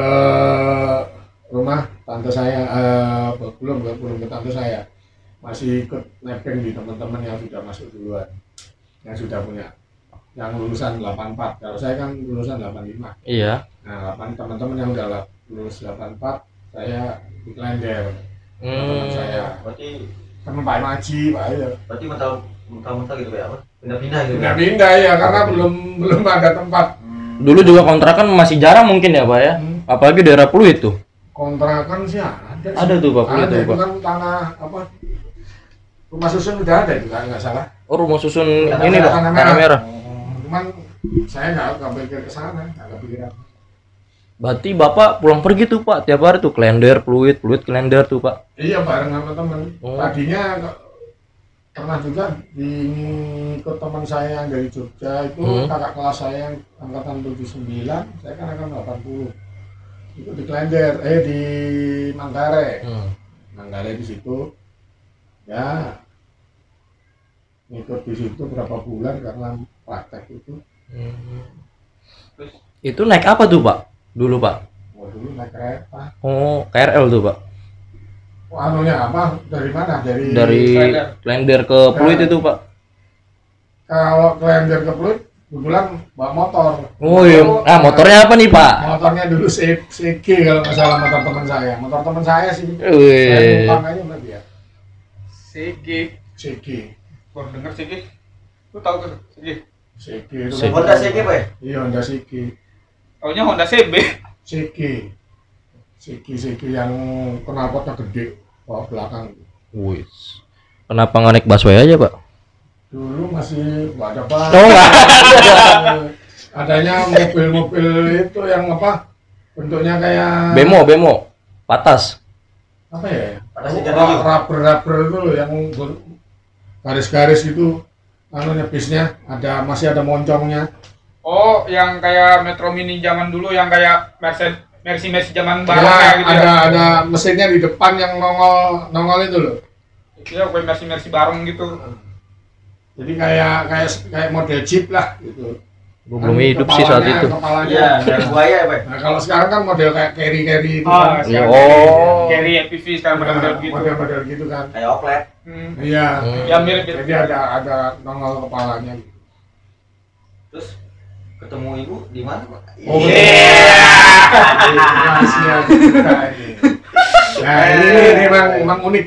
rumah tante saya eh, belum belum ke tante saya masih ikut nebeng di teman-teman yang sudah masuk duluan yang sudah punya yang lulusan delapan empat kalau saya kan lulusan delapan lima Iya. nah delapan teman-teman yang udah la- lulus delapan empat saya di Klender teman Hmm. saya Berarti teman Pak Maji Pak ya berarti mental mental gitu ya apa? Pindah-pindah gitu. pindah pindah ya karena belum belum ada tempat. Dulu juga kontrakan masih jarang mungkin ya Pak ya? Hmm. Apalagi daerah Pluit tuh. Kontrakan sih ada sih. Ada tuh Pak Pluit ada tuh itu Pak. kan tanah apa rumah susun udah ada itu kan nggak salah Oh, rumah susun Tanah ini merah, Pak, tanah tanah merah. merah. cuman saya nggak nggak pikir ke sana nggak kepikiran. Berarti Bapak pulang pergi tuh Pak, tiap hari tuh Klender, Pluit, Pluit, Klender tuh Pak. Iya bareng sama temen Oh. tadinya ke- pernah juga di ikut teman saya yang dari Jogja itu Hmm. kakak kelas saya yang angkatan tujuh puluh sembilan saya kan angkatan delapan puluh itu di Klender eh di Manggarai Hmm. Manggarai di situ ya ngikut di situ berapa bulan karena praktek itu. Hmm. Itu naik apa tuh Pak? Dulu Pak? Oh, dulu naik kereta. Oh, K R L tuh Pak. Oh, anunya apa? Dari mana? Dari Dari Klender. Klender ke Pluit itu Pak. kalau Klender ke Pluit kebetulan bawa motor. Oh iya. Ah, motornya apa nih Pak? Motornya dulu C C G kalau nggak salah motor teman saya. Motor teman saya sih. Saya Wih. numpang aja sama dia. Sigi. C G. Baru denger Sigi. Lu tahu tuh Sigi? C G itu. C G. kan- Honda C G Pak ya? Iya Honda C G. Taunya Honda C B. C G. C G C G yang knalpotnya gede bawa belakang. Wih. Kenapa nggak naik busway aja Pak? Dulu masih nggak ada apa. Oh nggak. Adanya mobil-mobil itu yang apa? Bentuknya kayak Bemo, bemo. Patas. apa ya? Patas tiga Ra- tujuh. Rubber-rubber itu loh yang ber- garis-garis itu anunya bisnya ada masih ada moncongnya. Oh, yang kayak Metro Mini zaman dulu yang kayak Mercedes Mercy Mercy zaman Ya, baru kayak gitu ada ya. ada mesinnya di depan yang nongol nongol itu loh. Iya, kayak Mercy Mercy bareng gitu. Jadi kayak kayak kayak model Jeep lah gitu. Gue belum hidup sih saat Kepalanya- itu. Kepalanya. Iya, dari buaya ya Pak. Nah, kalau sekarang kan model kayak carry-carry itu Oh, kan. sekarang Oh. Carry M P V sekarang model-model Nah, gitu. model-model gitu kan. Kayak oplet. Hmm. Iya. Hmm. Ya mirip-mirip. Jadi ada ada nongol kepalanya gitu. Terus ketemu ibu di mana Pak? Oh, Iya. Rahasia kita ini. Nah, ini, ini memang, memang unik.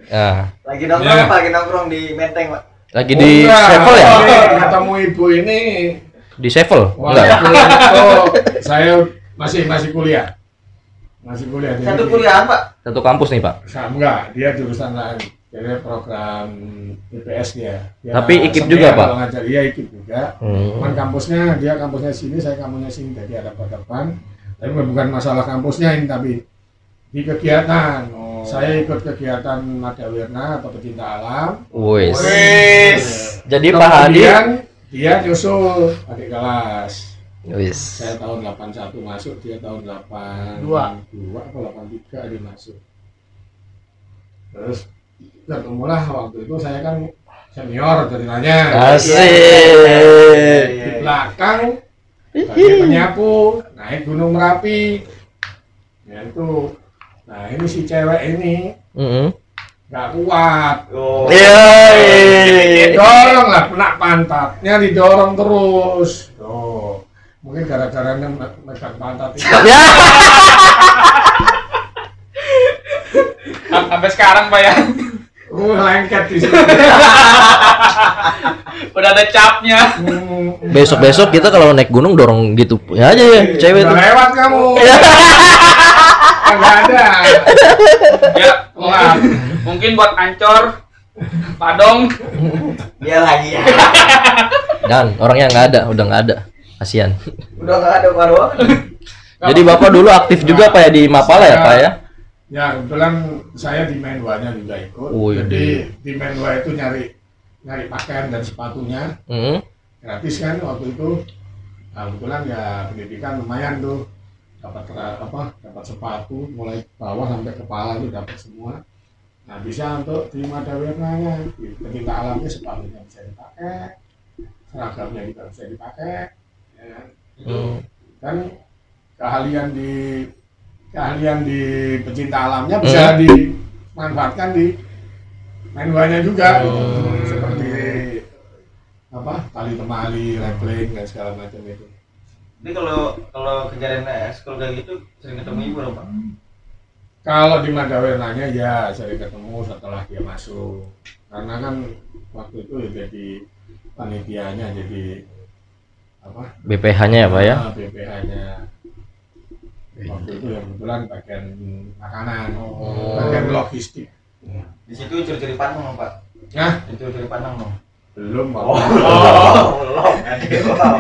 Nah, Lagi nongkrong Ya. apa? Lagi nongkrong di Menteng, Pak. lagi di Enggak, Sevel ya? ini ketemu ibu ini Di Sevel? waktu Enggak. itu saya masih masih kuliah. Masih kuliah. jadi- Satu kuliahan, Pak. Satu kampus nih, Pak. Sa- Enggak, dia jurusan lain. Jadi program I P S dia. Dia Tapi ikip seminar juga, Pak? kalau ngajar, iya ikip juga. Cuman Hmm. kampusnya, dia kampusnya sini, saya kampusnya sini, jadi ada depan. Tapi bukan masalah kampusnya ini, tapi di kegiatan. Saya ikut kegiatan Mada Wirna atau pecinta alam. Wis. Wis. Jadi Pak Hadi, Kemudian dia nyusul adik kelas. wis. Saya tahun delapan satu masuk, dia tahun delapan Dua. dua atau delapan tiga dia masuk. Terus ketemulah waktu itu saya kan senior ceritanya. Asik. Di belakang sebagai penyapu naik Gunung Merapi. Ya itu. Nah ini si cewek ini Heeh. nggak kuat. Oh. Iya. Dorong lah, kena pantatnya didorong terus. Tuh. Mungkin gara-gara me- megang pantat itu. Ya. Sampai sekarang Pak ya. Uh, lengket di sini. Udah ada capnya. Hmm, Besok-besok kita kalau naik gunung dorong gitu ya aja ya, cewek udah tuh. lewat kamu. Nggak ada. Ya, Kelar. mungkin buat Ancor, Padong. Dia lagi ya. Dan orangnya nggak ada, udah nggak ada. Kasihan. Udah nggak ada baru. Jadi Bapak dulu aktif juga Pak ya di Mapala ya, Pak ya? Ya kebetulan saya di Menwa-nya juga ikut. Wih, Jadi di Menwa itu nyari nyari pakaian dan sepatunya Heeh. gratis kan waktu itu. Nah, kebetulan ya pendidikan lumayan tuh, dapat tra- apa dapat sepatu mulai bawah sampai kepala itu dapat semua. Nah bisa untuk di Mada Wirnanya, ketika alamnya sepatunya bisa dipakai, seragamnya juga bisa dipakai. Ya. Hmm. Kan keahlian di keahlian di pecinta alamnya bisa dimanfaatkan di Menwanya juga gitu. Hmm. Seperti apa tali temali, rappelling dan segala macam itu. Jadi kalau kalau kejadian ekskul kayak gitu sering ketemu ibu dong, Pak. Kalau di Mada Wirnanya ya sering ketemu setelah dia masuk, karena kan waktu itu ya jadi panitianya, jadi apa B P H-nya ya, Pak ya? B P H-nya waktu itu yang kebetulan bagian makanan, Oh. bagian logistik. Di situ curi-curi pandang, Pak. Nah, Curi-curi pandang dong. belum Pak. Oh, belum. Belum.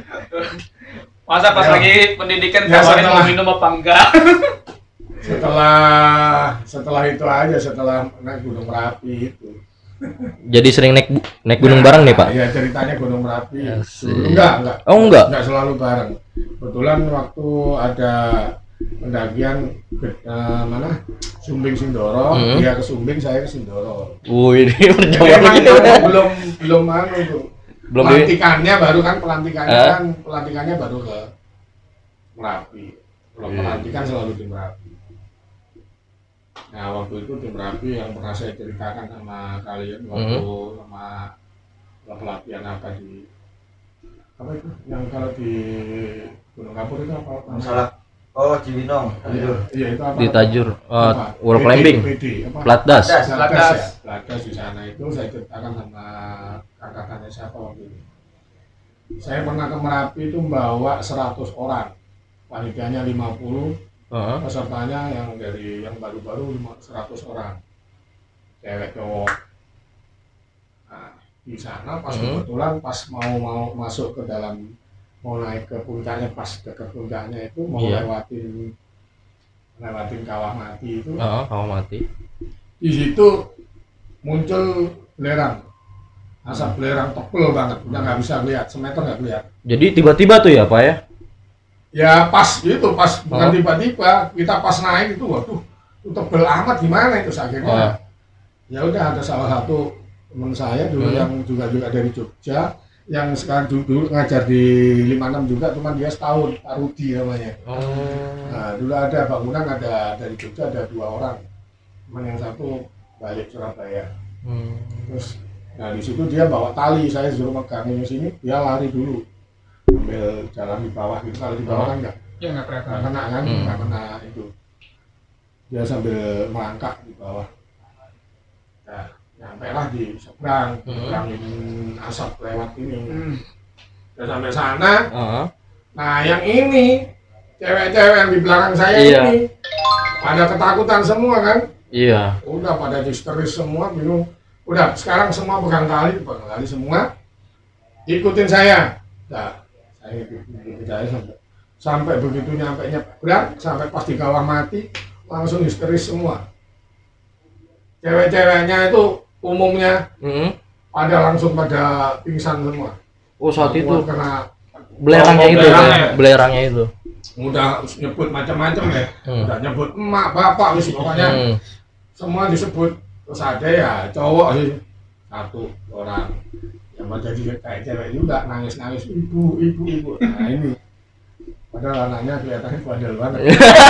Masa pas Ya. lagi pendidikan Ya, kabarin setelah- mau minum apa enggak? Setelah setelah itu aja, setelah naik Gunung Merapi itu. Jadi sering naik bu- naik gunung bareng nih, Pak? Iya, ceritanya Gunung Merapi. Asik. Dulu enggak, enggak. Oh, enggak. Enggak selalu bareng. Kebetulan waktu ada pendakian ke eh, mana? Sumbing Sindoro, Hmm. dia ke Sumbing, saya ke Sindoro. Wih, ini Jadi perjalanan emang gitu. itu belum belum anu tuh. Belum di pelantikannya baru kan pelantikannya Eh? kan pelantikannya baru ke Merapi. Kalau Iya. pelantikan selalu di Merapi. Nah waktu itu di Merapi yang pernah saya ceritakan sama kalian waktu Hmm. sama pelatihan apa di apa itu yang kalau di Gunung Kapur itu apa? Masalah oh Cibinong. Iya, iya itu apa? di Tajur uh, Apa? wall P D, climbing, P D, apa? Platdas. Platdas. Peladas Peladas. ya, Peladas di sana itu saya ceritakan sama kakak-kakaknya siapa waktu itu. Saya pernah ke Merapi itu membawa seratus orang, panitianya lima puluh, Heeh. pesertanya yang dari yang baru-baru lima- seratus orang, cewek cowok. Nah, di sana pas Hmm. kebetulan pas mau mau masuk ke dalam mau naik ke puncaknya, pas dekat puncaknya itu mau Iya. lewatin lewatin kawah mati itu. Heeh, kamu mati. Di situ muncul belerang, asap belerang tebel banget, udah nggak bisa lihat, semeter nggak lihat. Jadi tiba-tiba tuh ya, Pak ya? Ya pas itu, pas bukan Oh. tiba-tiba, kita pas naik itu, waduh, itu tebel amat gimana itu Oh. akhirnya. Ya udah ada salah satu teman saya dulu Hmm. yang juga juga dari Jogja, yang sekarang dulu, dulu ngajar di lima enam juga, cuman dia setahun, Pak Rudi namanya. Oh. Nah, dulu ada bangunan ada dari Jogja ada dua orang, cuman yang satu balik Surabaya. Hmm. Terus, nah di situ dia bawa tali, saya suruh megangin sini, dia lari dulu, ambil jalan di bawah gitu. Kalau di bawah kan nggak Ya nggak nggak kelihatan. kena kan, Hmm. nggak kena itu. Dia sambil melangkah di bawah. Nah, nyampe lah di seberang, Hmm. seberangin asap lewat ini. Hmm. Udah sampai sana. Heeh. Nah, yang ini cewek-cewek yang di belakang saya Iya. ini pada ketakutan semua kan? Iya. Udah pada histeris semua, bingung. Udah sekarang semua pegang tali, pegang tali semua. Ikutin saya. Nah, saya ikutin saya sampai sampai begitu nyampe nyebrang, sampai pas di kawah mati, langsung histeris semua. Cewek-ceweknya itu umumnya Heeh. pada langsung pada pingsan semua. Oh, saat itu Kuat kena belerangnya Oh, itu, belerangnya. Pak. belerangnya itu. udah nyebut macam-macam ya. Hmm. Udah nyebut emak, bapak, wis pokoknya Hmm. semua disebut. Terus ada ya cowok sih satu orang yang mau jadi kayak cewek juga nangis-nangis ibu, ibu, ibu. Nah ini padahal anaknya kelihatannya bandel banget.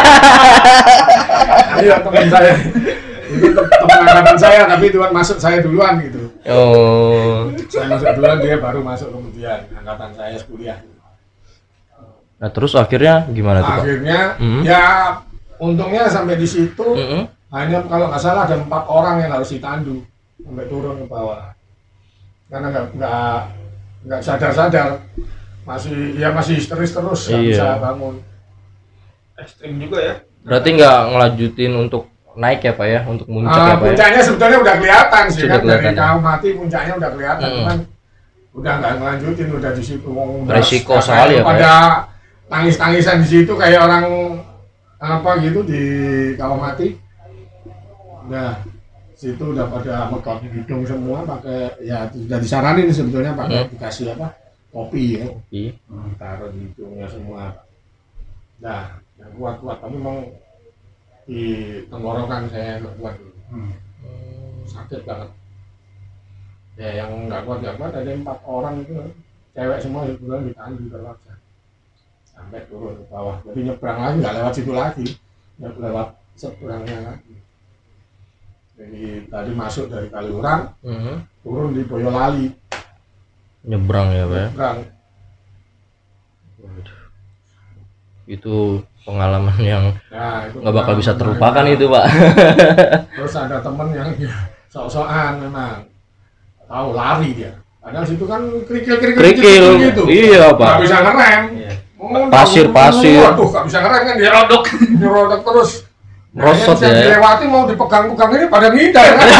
Iya teman saya. Itu teman angkatan saya tapi Tuhan masuk saya duluan gitu. Oh. Saya masuk duluan dia baru masuk kemudian angkatan saya kuliah. Nah, terus akhirnya gimana tuh, Pak? Akhirnya Hmm. ya untungnya sampai di situ Heeh. hanya kalau nggak salah ada empat orang yang harus ditandu sampai turun ke bawah karena nggak nggak nggak sadar-sadar masih ya masih histeris terus nggak Iya. bisa bangun. Ekstrim juga ya. Berarti nggak ngelanjutin untuk naik ya, Pak ya, untuk muncak Ah, ya, Pak ya? puncaknya sebetulnya udah kelihatan sih Sudah kan kelihatan, dari ya. kau mati puncaknya udah kelihatan Hmm. cuman udah nggak ngelanjutin udah di situ ngomong Resiko sekali ya, Pak ya? pada tangis-tangisan di situ kayak orang apa gitu di kawah mati. Nah, situ udah pada megang hidung semua pakai ya sudah disaranin sebetulnya pakai Hmm. dikasih apa kopi ya. Iya. Hmm, taruh di hidungnya semua. Nah, yang kuat-kuat tapi memang di tenggorokan saya nggak kuat dulu. Hmm. Sakit banget. Ya yang nggak kuat nggak kuat ada empat orang itu cewek semua kebetulan ditandu terpaksa sampai turun ke bawah. Jadi nyebrang lagi nggak lewat situ lagi, nggak lewat seberangnya lagi. Jadi tadi masuk dari Kaliurang, Heeh. turun di Boyolali, Nyebrang ya, Pak ya? nyebrang. Waduh. Itu pengalaman yang Nah, itu nggak bakal bisa pengalaman terlupakan yang- itu, Pak. Terus ada temen yang ya, sok-sokan memang tahu lari dia. Padahal situ kan kerikil-kerikil Kerikil. gitu. Iya, Pak. Nggak bisa ngerem. Iya. Oh, Pasir-pasir. Waduh, nggak bisa ngerem kan dia rodok, nyerodok terus. Merosot yang ya. dilewati mau dipegang-pegang ini pada ngidar kan.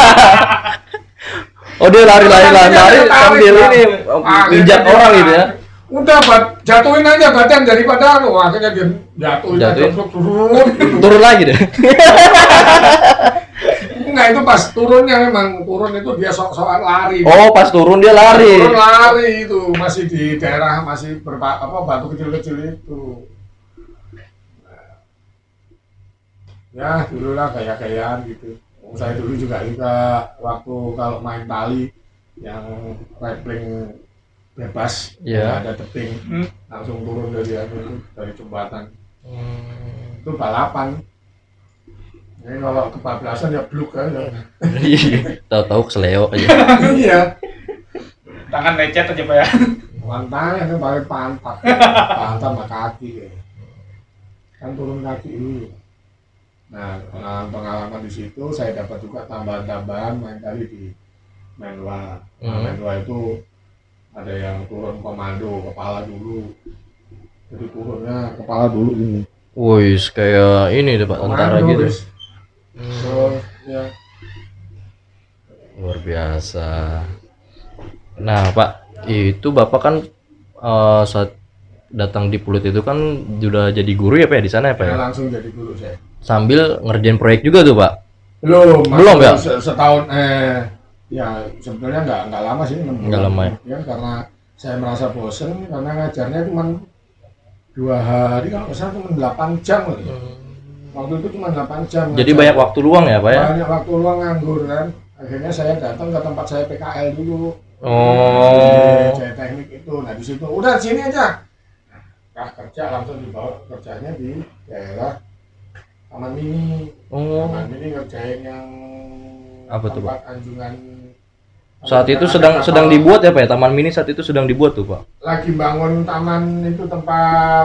Oh, dia lari-lari lari lari sambil ini injak orang gitu ya. Udah bat, jatuhin aja badan daripada anu akhirnya dia jatuhin, Jatuhin. jatuhin. turun. Turun lagi deh. Enggak itu pas turunnya memang turun itu dia sok-sokan lari. Oh, pas turun dia lari. Turun lari itu masih di daerah masih berpa, apa batu kecil-kecil itu. Ya dululah kayak-kayaan gitu. Saya dulu juga juga waktu kalau main tali yang rappling bebas, Iya. nggak ada tebing, Hmm. langsung turun dari anu itu dari jembatan. Hmm. Itu balapan. Jadi kalau kebablasan ya bluk aja. Iya. Tahu-tahu keseleo aja. Iya. Tangan lecet aja Pak ya. Pantai itu paling pantat, pantat sama kaki ya. Kan turun kaki dulu. Nah, pengalaman-pengalaman di situ saya dapat juga tambahan-tambahan main tali di Menwa. Nah, Hmm. Menwa itu ada yang turun komando kepala dulu. Jadi turunnya kepala dulu ini. Wih, kayak ini deh Pak, tentara Komando, gitu. wis. Terus ya Luar biasa. Nah, Pak, itu Bapak kan eh, saat datang di Pulut itu kan sudah jadi guru ya Pak ya di sana ya Pak ya? saya langsung jadi guru saya. Sambil ngerjain proyek juga tuh Pak. Belum, Belum, masih ya? se- Setahun eh ya sebetulnya nggak nggak lama sih enam Nggak bulan. lama ya? Ya, karena saya merasa bosen karena ngajarnya cuma dua hari kalau nggak salah cuma delapan jam kali. Waktu itu cuma delapan jam. Jadi ngajar. banyak waktu luang ya Pak ya? Banyak waktu luang nganggur kan. Akhirnya saya datang ke tempat saya P K L dulu. Oh. Di Jaya Teknik itu. Nah di situ udah sini aja. Nah, kerja langsung dibawa kerjanya di daerah Taman Mini. Oh. Taman Mini ngerjain yang Apa tuh, tempat anjungan. Saat itu sedang sedang dibuat ya Pak ya? Taman Mini saat itu sedang dibuat tuh Pak. Lagi bangun taman itu tempat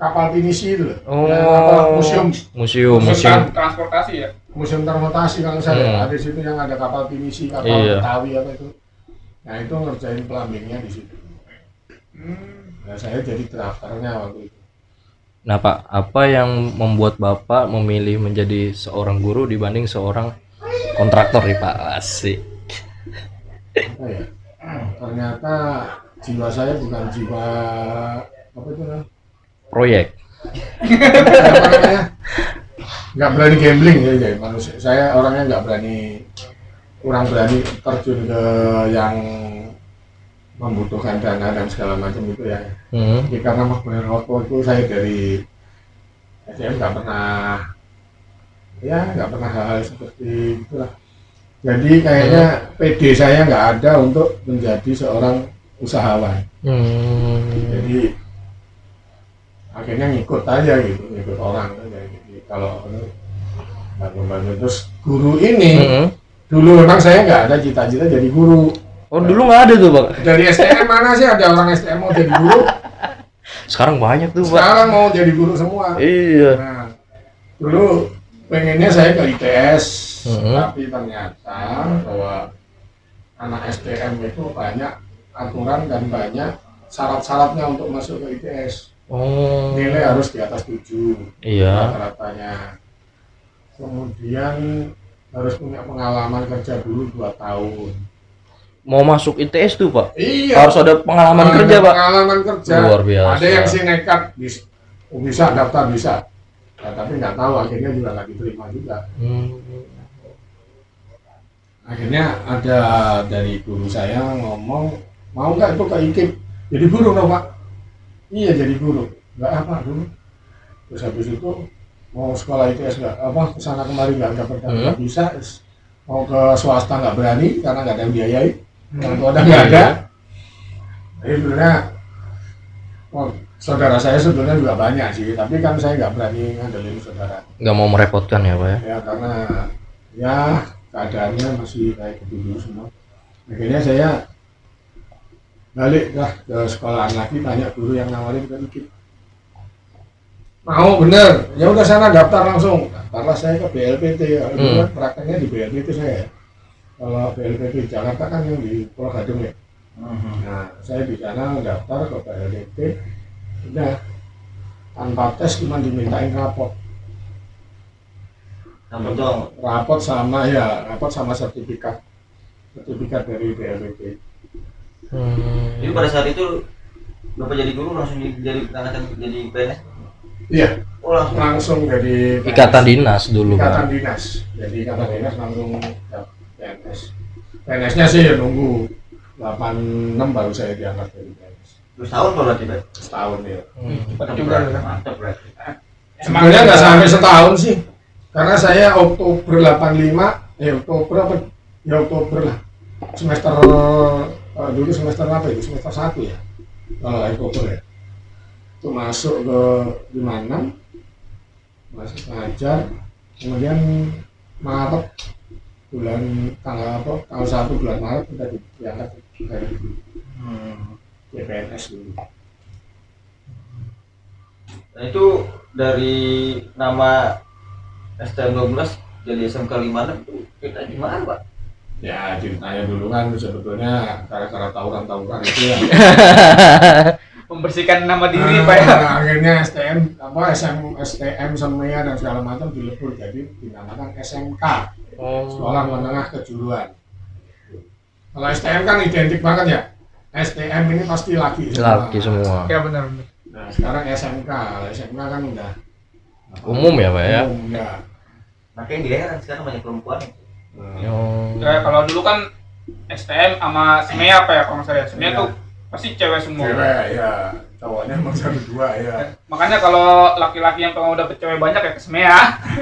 kapal pinisi itu loh. Oh, Yang apa, museum museum, Museum museum. tran- transportasi ya. museum transportasi kalau saya Hmm. ada di situ yang ada kapal pinisi, kapal Iya. Betawi apa itu. Nah itu ngerjain plumbingnya di situ. Hmm. Nah saya jadi drafternya waktu itu. Nah Pak, apa yang membuat Bapak memilih menjadi seorang guru dibanding seorang kontraktor nih Pak? Asik. Apa ya? Ternyata jiwa saya bukan jiwa apa itu namanya? Proyek. Apa namanya? Nggak berani gambling ya, ya manusia. Saya orangnya nggak berani, kurang berani terjun ke yang membutuhkan dana dan segala macam itu ya. Hmm. Jadi karena waktu itu saya dari S D M nggak pernah, ya nggak pernah hal-hal seperti itulah. Jadi kayaknya P D saya nggak ada untuk menjadi seorang usahawan. Hmm. Jadi akhirnya ngikut aja gitu, ngikut orang aja. Jadi kalau bantu-bantu terus guru ini, Hmm. dulu memang saya nggak ada cita-cita jadi guru. Oh dulu nggak ada tuh Pak. Dari S T M mana sih ada orang S T M mau jadi guru? Sekarang banyak tuh Pak. Sekarang mau jadi guru semua. Iya. Nah, dulu pengennya saya ke I T S, Mhm. tapi ternyata bahwa anak S T M itu banyak aturan dan banyak syarat-syaratnya untuk masuk ke I T S. Oh. Nilai harus di atas tujuh Iya. rata-ratanya. Kemudian harus punya pengalaman kerja dulu dua tahun. Mau masuk I T S tuh Pak. Iya. Harus ada pengalaman Ada kerja Pak. Pengalaman kerja. Luar biasa. Ada yang sih nekat bis- bisa daftar bisa. Nah, tapi nggak tahu akhirnya juga nggak diterima juga. Hmm. Akhirnya ada dari guru saya ngomong, mau nggak itu ke I K I P jadi guru dong Pak? Iya jadi guru. Nggak apa dulu. Terus habis itu mau sekolah I T S nggak apa kesana kemari nggak dapat nggak Hmm. bisa. Terus mau ke swasta nggak berani karena nggak ada yang biayai. Orang tua ada Iya, nggak ada. iya. Jadi sebenarnya oh, saudara saya sebetulnya juga banyak sih, tapi kan saya nggak berani ngandelin saudara. Nggak mau merepotkan ya Pak ya. Ya karena ya keadaannya masih kayak gitu dulu semua. Akhirnya saya balik lah ke sekolahan lagi, tanya guru yang nawarin ke I K I P. Mau bener, ya udah sana daftar langsung. Daftarlah saya ke B L P T, ya. Dulu Hmm. kan prakteknya di B L P T saya. Kalau B L P T Jakarta kan yang di Pulau Gadung ya. Nah, saya di sana daftar ke B L P T, udah tanpa tes cuma dimintain raport. Namun dong, rapot sama ya rapot sama sertifikat sertifikat dari B L P T. Hmm. jadi pada saat itu Bapak jadi guru langsung jadi akan jadi P N S? Iya, Oh langsung. langsung jadi Ikatan dinas dulu ikatan Pak. dinas jadi ikatan dinas langsung ya, P N S. P N S nya sih ya nunggu delapan enam baru saya diangkat dari P N S Terus tahun kalau berarti Pak? setahun ya. Hmm. Cepat juga ya. Mantap berarti. Sebenarnya nggak sampai setahun sih, karena saya Oktober delapan lima, eh Oktober apa? Ya Oktober lah, semester eh, dulu semester apa itu? Semester satu ya, kalau Oktober ya. Itu masuk ke lima enam, masuk ngajar, kemudian Maret bulan tanggal apa? Tanggal satu bulan Maret kita di- diangkat dari P N S dulu. Nah itu dari nama S T M dua belas jadi S M K lima enam itu kita gimana Pak? Ya ceritanya dulu kan sebetulnya gara-gara tawuran-tawuran itu ya. Membersihkan nama diri Ah, Pak ya. akhirnya S T M apa S M S T M Semea dan segala macam dilebur jadi dinamakan S M K, Oh. Sekolah Menengah Kejuruan. Kalau S T M kan identik banget ya. S T M ini pasti laki semua. Laki semua. Ya benar benar. Nah sekarang S M K, kalau S M K kan udah Umum ya Pak ya. umum ya. Makanya di daerah sekarang banyak perempuan. Nah, Oh. Ya, kalau dulu kan S T M sama Semea apa ya kalau nggak salah ya. Semea Iya. tuh pasti cewek semua. cewek ya, cowoknya emang satu dua ya. Makanya kalau laki-laki yang pengen dapet cewek banyak ya ke Semea.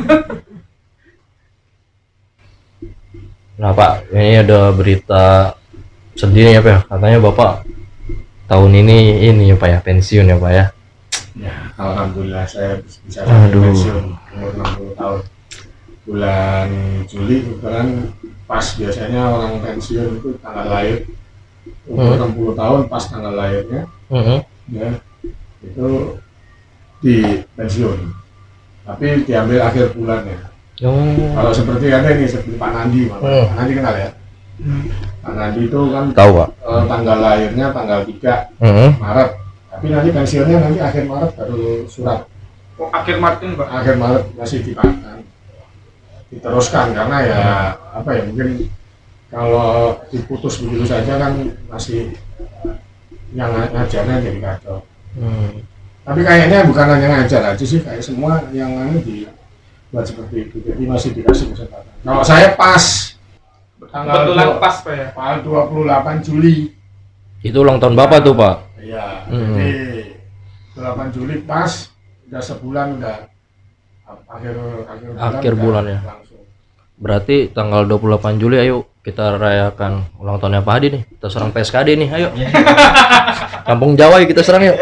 Nah Pak, ini ada berita sedih nih ya Pak ya. Katanya Bapak tahun ini ini ya Pak ya, pensiun ya Pak ya. Ya, alhamdulillah saya bisa Aduh. pensiun umur enam puluh tahun. Bulan Juli kebetulan pas biasanya orang pensiun itu tanggal lahir umur Hmm. enam puluh tahun pas tanggal lahirnya Mhm. ya itu di pensiun, tapi diambil akhir bulan ya. Oh. Kalau seperti ada ini seperti Pak Nandi, Pak, Hmm. Pak Nandi kenal ya? Pak Nandi itu kan Tahu Pak. eh, tanggal lahirnya tanggal tiga Hmm. Maret, tapi nanti pensiunnya nanti akhir Maret baru surat. Oh, akhir Martin Pak. Akhir Maret masih dipakai, diteruskan karena ya apa ya mungkin kalau diputus begitu saja kan masih yang ngajarnya jadi kacau. Hmm. Tapi kayaknya bukan hanya ngajar aja sih, kayak semua yang anu dibuat seperti itu, jadi masih dikasih kesempatan. Kalau saya pas tanggal Kebetulan dua- pas Pak ya. tanggal dua puluh delapan Juli. Itu ulang tahun Bapak tuh Pak. Iya, Hmm. jadi dua puluh delapan Juli pas udah sebulan udah akhir akhir bulan, Akhir udah bulan ya. langsung. Berarti tanggal dua puluh delapan Juli ayo kita rayakan ulang tahunnya Pak Hadi nih. Kita serang P S K D nih, ayo. Kampung Jawa yuk kita serang yuk.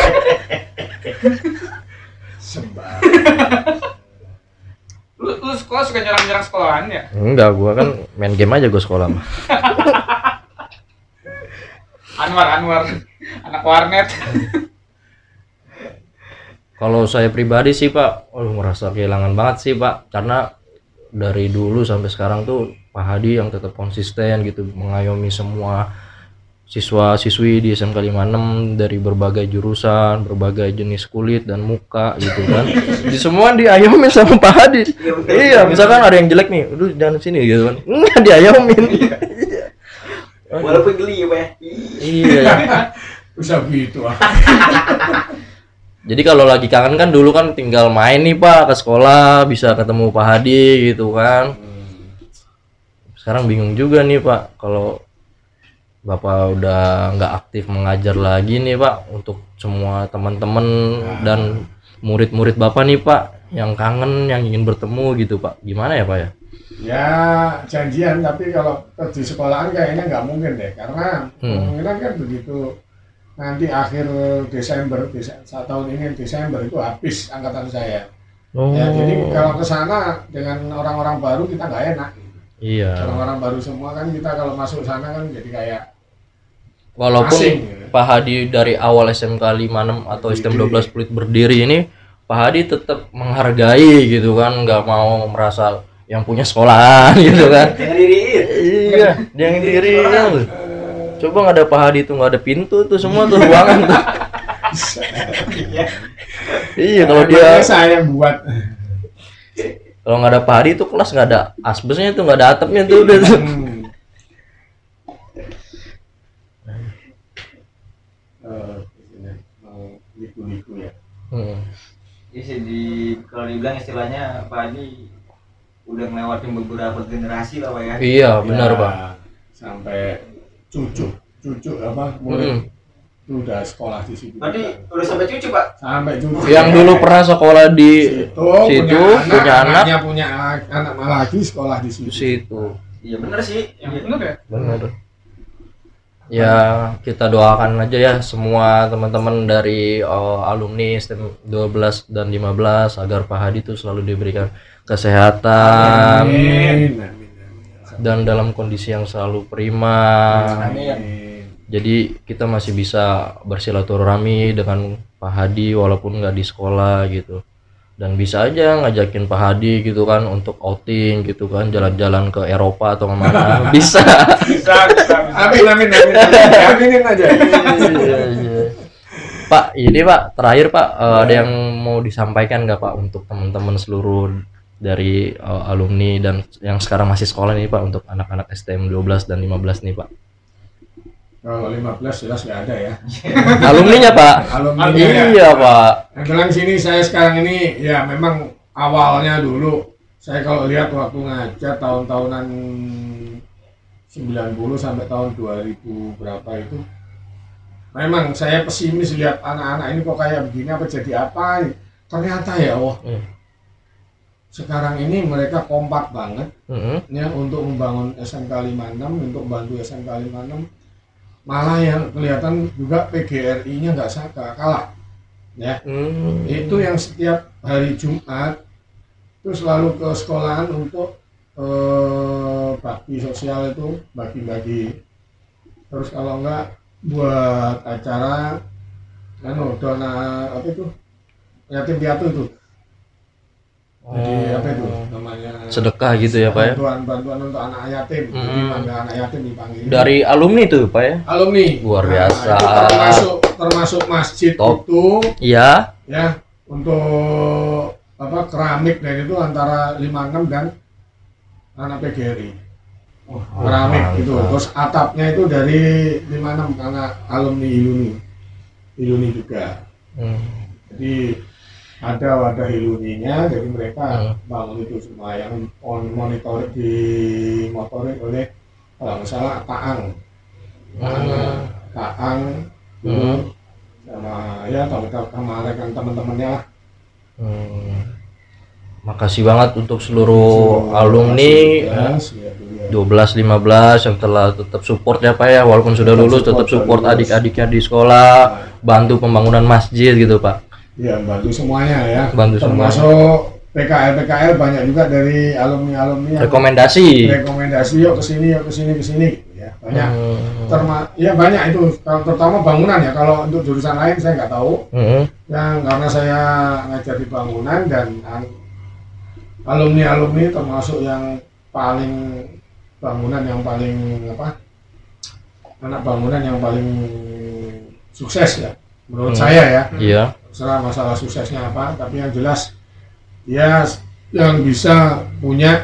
Sembah. Lu, lu sekolah suka nyerang-nyerang sekolahan ya? Enggak, gua kan main game aja gua sekolah mah. Anwar, Anwar. Anak warnet. Kalau saya pribadi sih Pak, oh, merasa kehilangan banget sih Pak, karena dari dulu sampai sekarang tuh Pak Hadi yang tetap konsisten gitu mengayomi semua siswa-siswi di S M K lima puluh enam dari berbagai jurusan, berbagai jenis kulit dan muka gitu kan. Di semua diayomi sama Pak Hadi. Iya, misalkan ada yang jelek nih, aduh jangan sini gitu kan. Enggak diayomin. Walaupun geli ya Pak ya. Iya. Bisa begitu ah. Jadi kalau lagi kangen kan dulu kan tinggal main nih Pak ke sekolah, bisa ketemu Pak Hadi gitu kan. Sekarang bingung juga nih Pak, kalau Bapak udah nggak aktif mengajar lagi nih Pak, untuk semua teman-teman dan murid-murid Bapak nih Pak, yang kangen, yang ingin bertemu gitu Pak. Gimana ya Pak ya? Ya janjian, tapi kalau di sekolahan kayaknya nggak mungkin deh, karena Hmm. kemungkinan kan begitu nanti akhir Desember, Dese- saat tahun ini Desember itu habis angkatan saya. Oh. Ya, jadi kalau ke sana dengan orang-orang baru kita nggak enak. Iya. Orang-orang baru semua kan kita kalau masuk sana kan jadi kayak Walaupun asing, gitu. Pak Hadi dari awal S M K lima puluh enam atau S T M dua belas Pluit berdiri ini, Pak Hadi tetap menghargai gitu kan, nggak mau merasa yang punya sekolahan gitu kan. Jangan diriin. Iya, dia yang diri kan. Coba nggak ada Pak Hadi tuh, nggak ada pintu tuh, semua tuh ruangan tuh. Iya, kalau dia Emangnya saya yang buat. kalau nggak ada Pak Hadi tuh kelas nggak ada asbesnya tuh, nggak ada atapnya tuh udah tuh. Hmm. Eh, ini mau liku-liku ya. Hmm. Iya sih, di kalau dibilang istilahnya Pak Adi udah ngelewatin beberapa generasi lah Pak ya. Iya, benar Ya, Pak. Sampai cucu, cucu apa Hmm. murid itu udah sekolah di situ. Berarti udah sampai cucu Pak. Sampai cucu. Yang dulu pernah sekolah di situ, situ, punya, punya anak, anak. anaknya punya anak lagi sekolah di situ. situ. Iya bener sih. Yang bener ya? Benar. Ya, kita doakan aja ya semua teman-teman dari uh, alumni S T M dua belas dan lima belas agar Pak Hadi itu selalu diberikan kesehatan Amin. Amin. dan dalam kondisi yang selalu prima. Amin. Jadi kita masih bisa bersilaturahmi dengan Pak Hadi walaupun nggak di sekolah gitu. Dan bisa aja ngajakin Pak Hadi gitu kan untuk outing gitu kan, jalan-jalan ke Eropa atau kemana. Bisa. Bisa, bisa, bisa. Amin, amin, amin, amin. Aminin aja. Iya, iya. Pak, ini Pak, terakhir Pak, eh, ada yang mau disampaikan nggak Pak untuk teman-teman seluruh dari eh, alumni dan yang sekarang masih sekolah nih Pak, untuk anak-anak S T M dua belas dan lima belas nih Pak? Kalau lima belas jelas nggak ada ya. Alumninya Pak? Alumni Iya Pak. Kebetulan sini saya sekarang ini ya memang awalnya dulu saya kalau lihat waktu ngajar tahun-tahunan sembilan puluh sampai tahun dua ribu berapa itu memang saya pesimis lihat anak-anak ini kok kayak begini, apa jadi apa. Ternyata ya wah Hmm. sekarang ini mereka kompak banget Mm-mm. ya untuk membangun S M K lima puluh enam, untuk bantu S M K lima puluh enam. Malah yang kelihatan juga P G R I-nya nggak saka kalah ya. Hmm. Itu yang setiap hari Jumat itu selalu ke sekolahan untuk eh, bakti sosial, itu bagi-bagi. Terus kalau enggak buat acara anu dona apa itu yatim piatu itu. Jadi Oh. apa itu namanya? Sedekah gitu ya Pak ya? Bantuan bantuan untuk anak yatim. Jadi Hmm. panggil anak yatim dipanggil. Dari alumni tuh Pak ya? alumni. Luar biasa. Nah, itu termasuk termasuk masjid Top. itu Iya. ya untuk apa keramik dan itu antara lima puluh enam dan anak P G R I. Keramik mantap. gitu. Terus atapnya itu dari lima puluh enam karena alumni Iluni. Iluni juga. Hmm. Jadi ada wadah iluninya, jadi mereka Hmm. bangun itu semua yang on monitor dimotorin oleh kalau nggak salah Taang, Hmm. Taang, Hmm. sama ya teman-teman sama rekan teman-temannya lah. Hmm. Makasih banget untuk seluruh alumni ya. Yes, ya, ya. dua belas lima belas yang telah tetap support ya Pak ya, walaupun sudah Tetap lulus support, tetap support sudah lulus. adik-adiknya di sekolah, bantu pembangunan masjid gitu Pak. Ya, bantu semuanya ya. Bantu termasuk P K L P K L banyak juga dari alumni-alumni yang Rekomendasi. rekomendasi yuk ke sini yuk ke sini ke sini gitu ya. Banyak. Hmm. Terma ya banyak itu kalau terutama bangunan ya, kalau untuk jurusan lain saya nggak tahu Hmm. yang karena saya ngajar di bangunan dan alumni alumni termasuk yang paling bangunan yang paling apa anak bangunan yang paling sukses ya menurut Hmm. saya ya. Iya. Terserah masalah suksesnya apa, tapi yang jelas dia yang bisa punya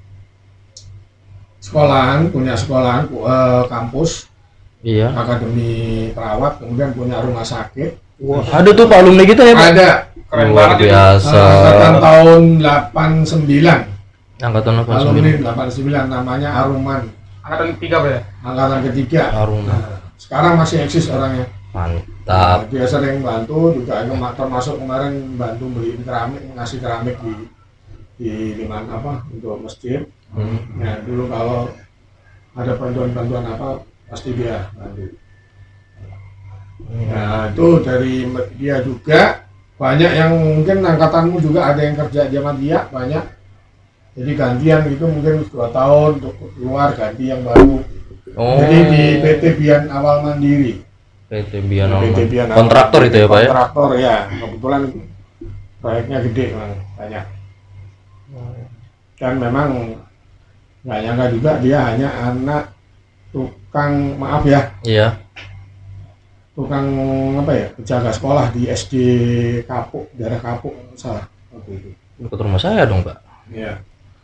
sekolahan, punya sekolahan eh, kampus, Iya. akademi perawat, kemudian punya rumah sakit. Wah, ada tuh Pak alumni kita ya Pak. Ada Keren Luar banget itu. biasa. eh, angkatan tahun delapan puluh sembilan, Angkatan delapan puluh alumni sembilan. delapan puluh sembilan namanya Aruman, Angkatan tiga Pak ya. angkatan ketiga. Arum. Nah, sekarang masih eksis orangnya. Mantap. Nah, dia sering bantu juga, termasuk kemarin bantu beli keramik, ngasih keramik di di di mana apa untuk masjid. Hmm. Nah, dulu kalau ada bantuan-bantuan apa pasti dia bantu. Nah, itu dari dia juga banyak yang mungkin angkatanmu juga ada yang kerja zaman dia banyak. Jadi gantian gitu mungkin dua tahun untuk keluar ganti yang baru. Oh. Jadi di P T Bian Awal Mandiri. P T Bian P T Awal. Bian Awal Kontraktor Mandiri. itu ya Pak ya? Kontraktor ya. Kebetulan proyeknya gede memang banyak. Dan memang nggak nyangka juga dia hanya anak tukang maaf ya Iya. tukang apa ya penjaga sekolah di S D Kapuk, daerah Kapuk salah waktu itu. Dekat rumah saya dong Pak. Iya.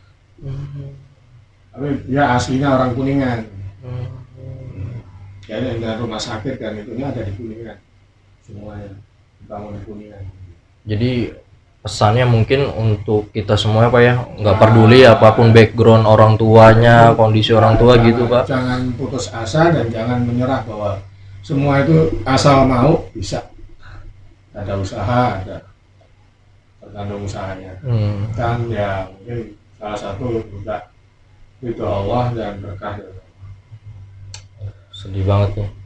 Tapi dia aslinya orang Kuningan. Jadi ada rumah sakit dan itunya ada di Kuningan. Semuanya dibangun di Kuningan. Jadi pesannya mungkin untuk kita semua Pak ya, nggak peduli apapun background orang tuanya, kondisi orang tua Jangan- gitu Pak. Jangan putus asa dan jangan menyerah bahwa semua itu asal mau bisa. Ada usaha, ada tergantung usahanya. Hmm. Dan ya mungkin salah satu juga itu Allah dan berkah. Sedih banget nih.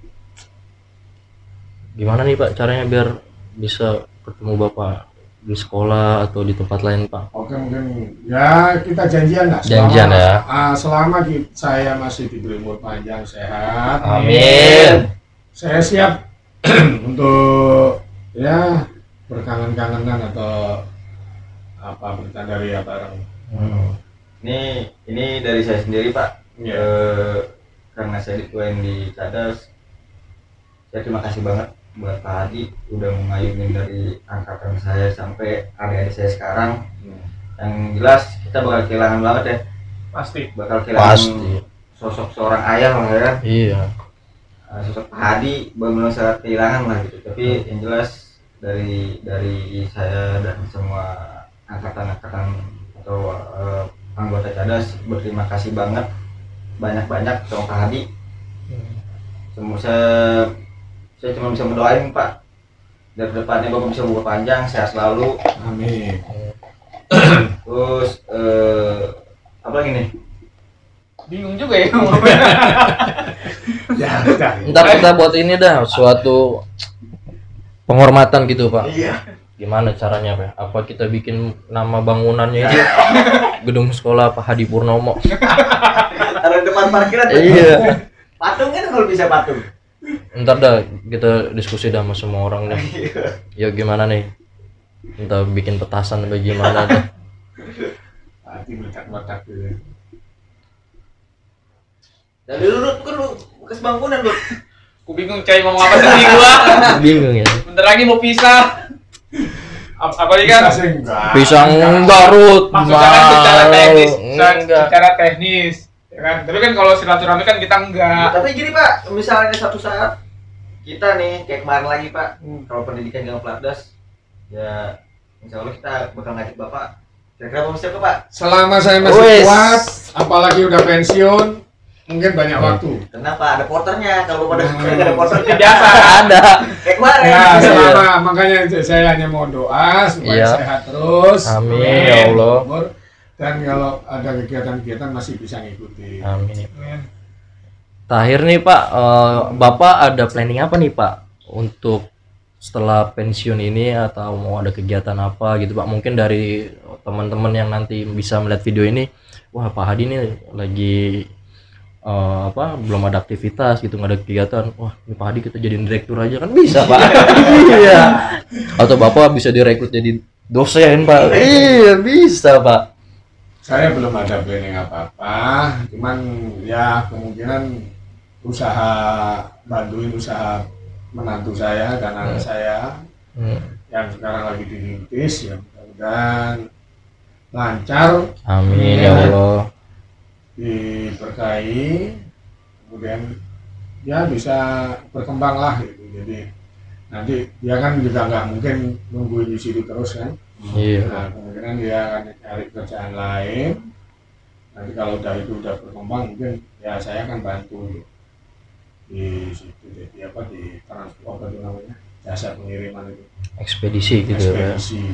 Gimana nih Pak caranya biar bisa ketemu Bapak di sekolah atau di tempat lain Pak? Oke mungkin ya kita janjian lah. Janjian ya. ah, selama ki- saya masih diberi umur panjang sehat. Amin. Saya siap untuk ya berkangen-kangenan atau apa bercanda ria bareng. Hmm. Ini ini dari saya sendiri Pak. Ya. Eh, karena saya dituain di Cadas, saya terima kasih banget buat Pak Hadi udah mengayunin dari angkatan saya sampai adik-adik saya sekarang. Yang jelas kita bakal kehilangan banget ya, Pasti. bakal kehilangan Pasti. sosok seorang ayah lah ya kan. Iya. Uh, sosok Pak Hadi benar-benar sangat kehilangan lah gitu. Tapi yang jelas dari dari saya dan semua angkatan-angkatan atau uh, anggota Cadas berterima kasih banget banyak-banyak sama Pak Hadi. Semua saya saya cuma bisa mendoain Pak, dan kedepannya Bapak bisa umur panjang, sehat selalu. Amin. Terus eh, apa lagi nih? Bingung juga ya. Ya, udah. Ntar kita buat ini dah suatu penghormatan gitu Pak. Iya. Gimana caranya Pak? Apa kita bikin nama bangunannya itu gedung sekolah Pak Hadi Purnomo? Taruh di depan parkiran. Pak. Iya. Patung kan kalau bisa patung. Ntar dah kita diskusi dah sama semua orang nih. Ya gimana nih? entah bikin petasan atau gimana deh. Hati meletak-meletak gitu. Dari lu Rut, kan lu bekas bangunan Rut. Aku bingung coy ngomong apa sih gua. Bingung ya. Bentar lagi mau pisah. Ap- Apalagi kan Bisa sih enggak. Pisang garut. maksudnya kan secara teknis, se- Enggak. secara teknis, ya kan. Tapi kan kalau silaturahmi kan kita enggak. Tapi gini Pak, misalnya satu saat kita nih kayak kemarin lagi Pak, kalau pendidikan dengan Platdas, ya insya Allah kita bakal ngajak Bapak. Kira-kira mau siapa Pak? Selama saya masih Wes. kuat, apalagi udah pensiun, mungkin banyak waktu. Kenapa? Ada porternya. Kalau pada Hmm. nggak ada porternya Biasa. Ada. kayak kemarin. Ya, Iya. selama makanya saya hanya mau doa supaya Iya. sehat terus. Amin, ya Allah. Umur. Dan kalau ada kegiatan-kegiatan masih bisa ngikuti. Amin. Terakhir nih Pak, eh, Bapak ada planning apa nih Pak untuk setelah pensiun ini atau mau ada kegiatan apa gitu Pak? Mungkin dari teman-teman yang nanti bisa melihat video ini, wah Pak Hadi nih lagi eh, apa belum ada aktivitas gitu, nggak ada kegiatan. Wah ini Pak Hadi kita jadiin direktur aja kan bisa Pak? Iya. Atau Bapak bisa direkrut jadi dosen Pak? Iya bisa Pak. Saya belum ada planning apa-apa, cuman ya kemungkinan usaha bantuin usaha menantu saya dan anak saya Hmm. yang sekarang lagi dirintis, ya mudah-mudahan lancar, Amin ya Allah. diberkahi, kemudian ya bisa berkembang lah gitu. Jadi nanti dia kan juga nggak mungkin nungguin di situ terus kan. Iya. Nah, kemungkinan dia akan cari kerjaan lain. Nanti kalau udah itu udah berkembang, mungkin ya saya akan bantu di situ. Jadi apa di transport apa itu namanya, jasa pengiriman itu, Ekspedisi gitu ya. ekspedisi.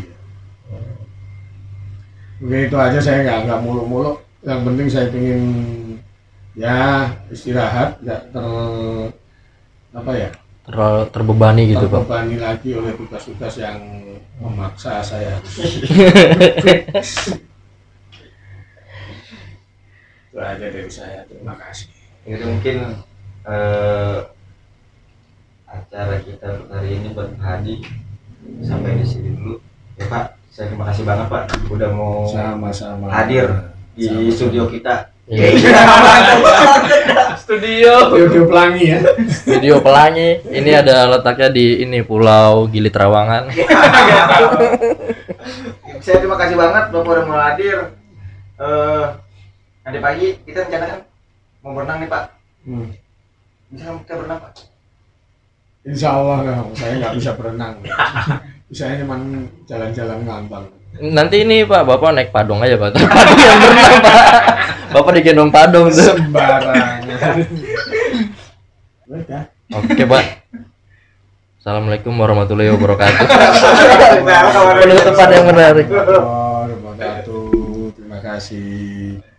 Mungkin itu aja, saya nggak nggak muluk-muluk. Yang penting saya ingin ya istirahat, nggak ter apa ya Terlalu terbebani gitu Pak. terbebani lagi oleh tugas-tugas yang memaksa saya. Itu aja dari saya, terima kasih. Itu mungkin eh, acara kita untuk hari ini buat Pak Hadi sampai di sini dulu. Ya Pak, saya terima kasih banget Pak udah mau Sama-sama hadir di Sama-sama. studio kita. Iya. Studio. Video pelangi ya. Video pelangi ini ada letaknya di ini Pulau Gili Trawangan. Saya terima kasih banget Bapak udah mau hadir. Eh, nanti pagi kita rencanakan mau berenang nih Pak. Hmm. Bisa kita berenang Pak? Insya Allah lah, saya nggak bisa berenang. Saya cuma jalan-jalan ngambang. Nanti ini Pak, Bapak naik padong aja Pak. Padong yang berenang Pak. Bapak digendong padong tuh. Sembarangan. Udah. Oke Pak. Assalamualaikum warahmatullahi wabarakatuh. Nah, kabar- Penutupan yang menarik. Warahmatullahi wabarakatuh. Terima kasih.